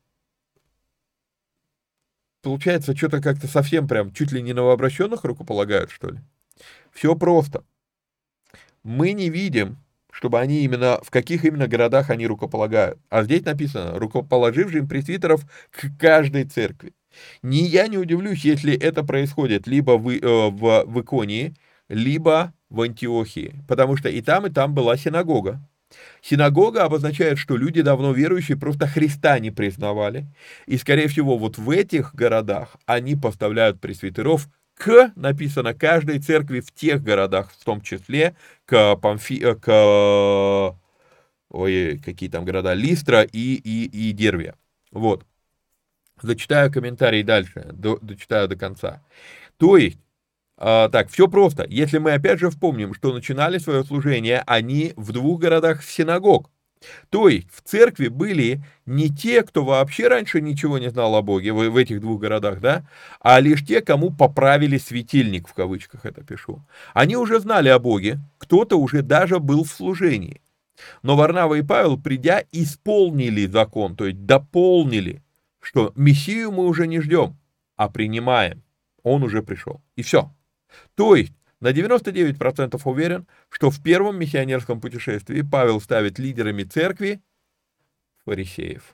получается, что-то как-то совсем прям чуть ли не новообращенных рукополагают, что ли? Все просто. Мы не видим, чтобы они именно, в каких именно городах они рукополагают. А здесь написано, рукоположив же им пресвитеров к каждой церкви. Ни я не удивлюсь, если это происходит либо в, э, в, в Иконии, либо в Антиохии. Потому что и там, и там была синагога. Синагога обозначает, что люди давно верующие просто Христа не признавали. И, скорее всего, вот в этих городах они поставляют пресвитеров к, написано, каждой церкви в тех городах, в том числе к Памфи, к, ой, какие там города, Листра и, и, и Дервия. Вот. Зачитаю комментарий дальше, до, дочитаю до конца. То есть, а, так, все просто. Если мы опять же вспомним, что начинали свое служение они в двух городах синагог, То есть в церкви были не те, кто вообще раньше ничего не знал о Боге в, в этих двух городах, да, а лишь те, кому поправили светильник, в кавычках это пишу. Они уже знали о Боге, кто-то уже даже был в служении. Но Варнава и Павел, придя, исполнили закон, то есть дополнили, что Мессию мы уже не ждем, а принимаем. Он уже пришел. И все. То есть на девяносто девять процентов уверен, что в первом миссионерском путешествии Павел ставит лидерами церкви фарисеев,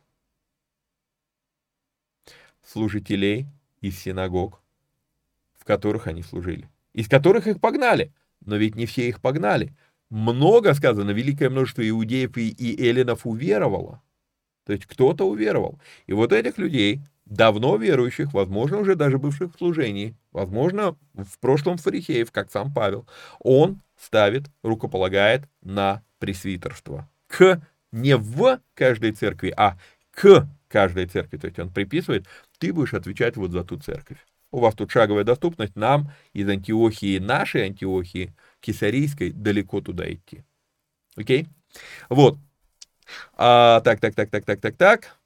служителей из синагог, в которых они служили, из которых их погнали. Но ведь не все их погнали. Много сказано, великое множество иудеев и, и эллинов уверовало. То есть кто-то уверовал. И вот этих людей, давно верующих, возможно, уже даже бывших в служении, возможно, в прошлом фарисеев, как сам Павел, он ставит, рукополагает на пресвитерство. К, не в каждой церкви, а к каждой церкви. То есть он приписывает, ты будешь отвечать вот за ту церковь. У вас тут шаговая доступность, нам из Антиохии, нашей Антиохии, Кесарийской, далеко туда идти. Окей? Вот. А, так, так, так, так, так, так, так.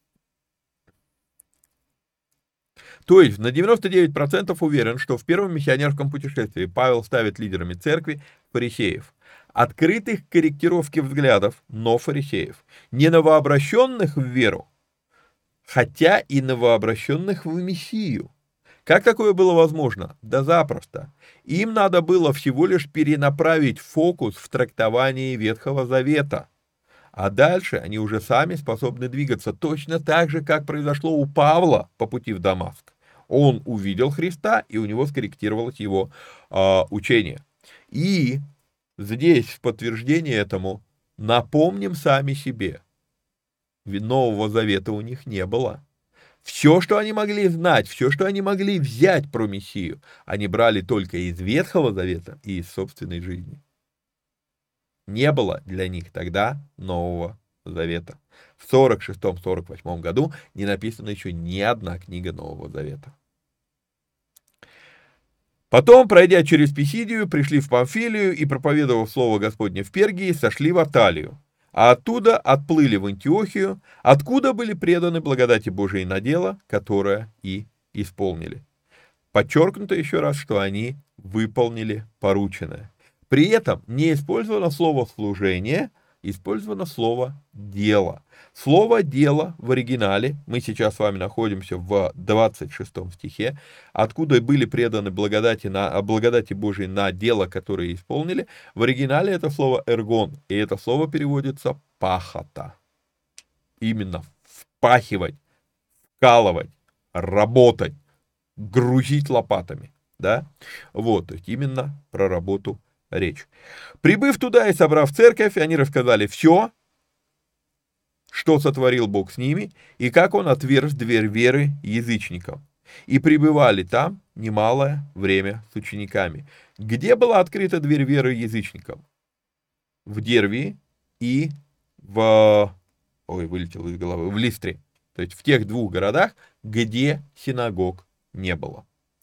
То есть на девяносто девять процентов уверен, что в первом миссионерском путешествии Павел ставит лидерами церкви фарисеев. Открытых корректировки взглядов, но фарисеев. Не новообращенных в веру, хотя и новообращенных в Мессию. Как такое было возможно? Да запросто. Им надо было всего лишь перенаправить фокус в трактовании Ветхого Завета. А дальше они уже сами способны двигаться точно так же, как произошло у Павла по пути в Дамаск. Он увидел Христа, и у него скорректировалось его э, учение. И здесь в подтверждение этому напомним сами себе. Ведь Нового Завета у них не было. Все, что они могли знать, все, что они могли взять про Мессию, они брали только из Ветхого Завета и из собственной жизни. Не было для них тогда Нового Завета. В сорок шестом — сорок восьмом году не написана еще ни одна книга Нового Завета. Потом, пройдя через Писидию, пришли в Памфилию и, проповедовав слово Господне в Пергии, сошли в Аталию, а оттуда отплыли в Антиохию, откуда были преданы благодати Божией на дело, которое и исполнили. Подчеркнуто еще раз, что они выполнили порученное. При этом не использовано слово «служение», использовано слово «дело». Слово «дело» в оригинале, мы сейчас с вами находимся в двадцать шестом стихе, откуда были преданы благодати, на, благодати Божией на дело, которое исполнили. В оригинале это слово «эргон», и это слово переводится «пахота». Именно впахивать, вкалывать, работать, грузить лопатами. Да? Вот, то есть именно про работу речь. Прибыв туда и собрав церковь, они рассказали все, что сотворил Бог с ними, и как он отверз дверь веры язычникам. И пребывали там немалое время с учениками. Где была открыта дверь веры язычникам? В Дервии и в... Ой, вылетел из головы. В Листре. То есть в тех двух городах, где синагог не было.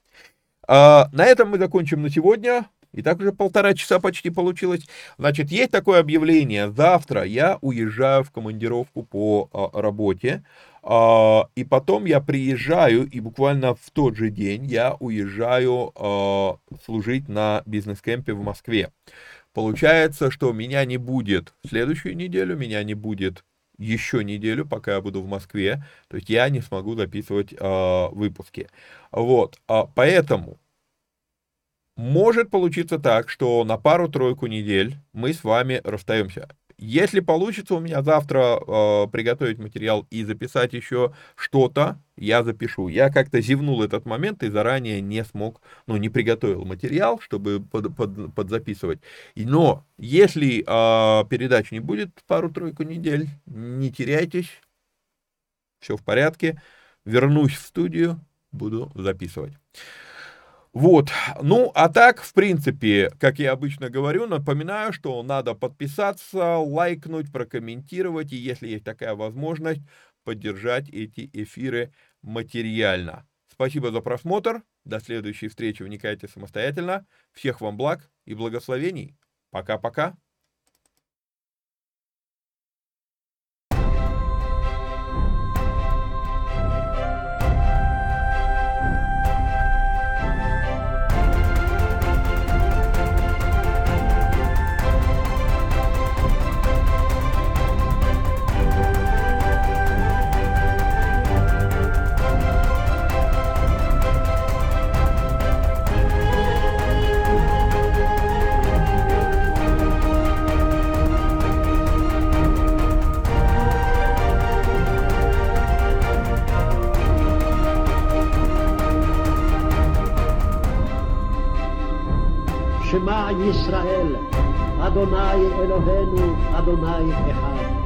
А, на этом мы закончим на сегодня. И так уже полтора часа почти получилось. Значит, есть такое объявление. Завтра я уезжаю в командировку по а, работе. А, и потом я приезжаю, и буквально в тот же день я уезжаю а, служить на бизнес-кемпе в Москве. Получается, что меня не будет следующую неделю, меня не будет еще неделю, пока я буду в Москве. То есть я не смогу записывать а, выпуски. Вот, а, поэтому... Может получиться так, что на пару-тройку недель мы с вами расстаемся. Если получится у меня завтра э, приготовить материал и записать еще что-то, я запишу. Я как-то зевнул этот момент и заранее не смог, ну, не приготовил материал, чтобы под, под, подзаписывать. Но если э, передач не будет пару-тройку недель, не теряйтесь, все в порядке. Вернусь в студию, буду записывать. Вот, ну, а так, в принципе, как я обычно говорю, напоминаю, что надо подписаться, лайкнуть, прокомментировать, и если есть такая возможность, поддержать эти эфиры материально. Спасибо за просмотр, до следующей встречи, вникайте самостоятельно, всех вам благ и благословений, пока-пока. Shema Yisrael, Adonai Eloheinu, Adonai Echad.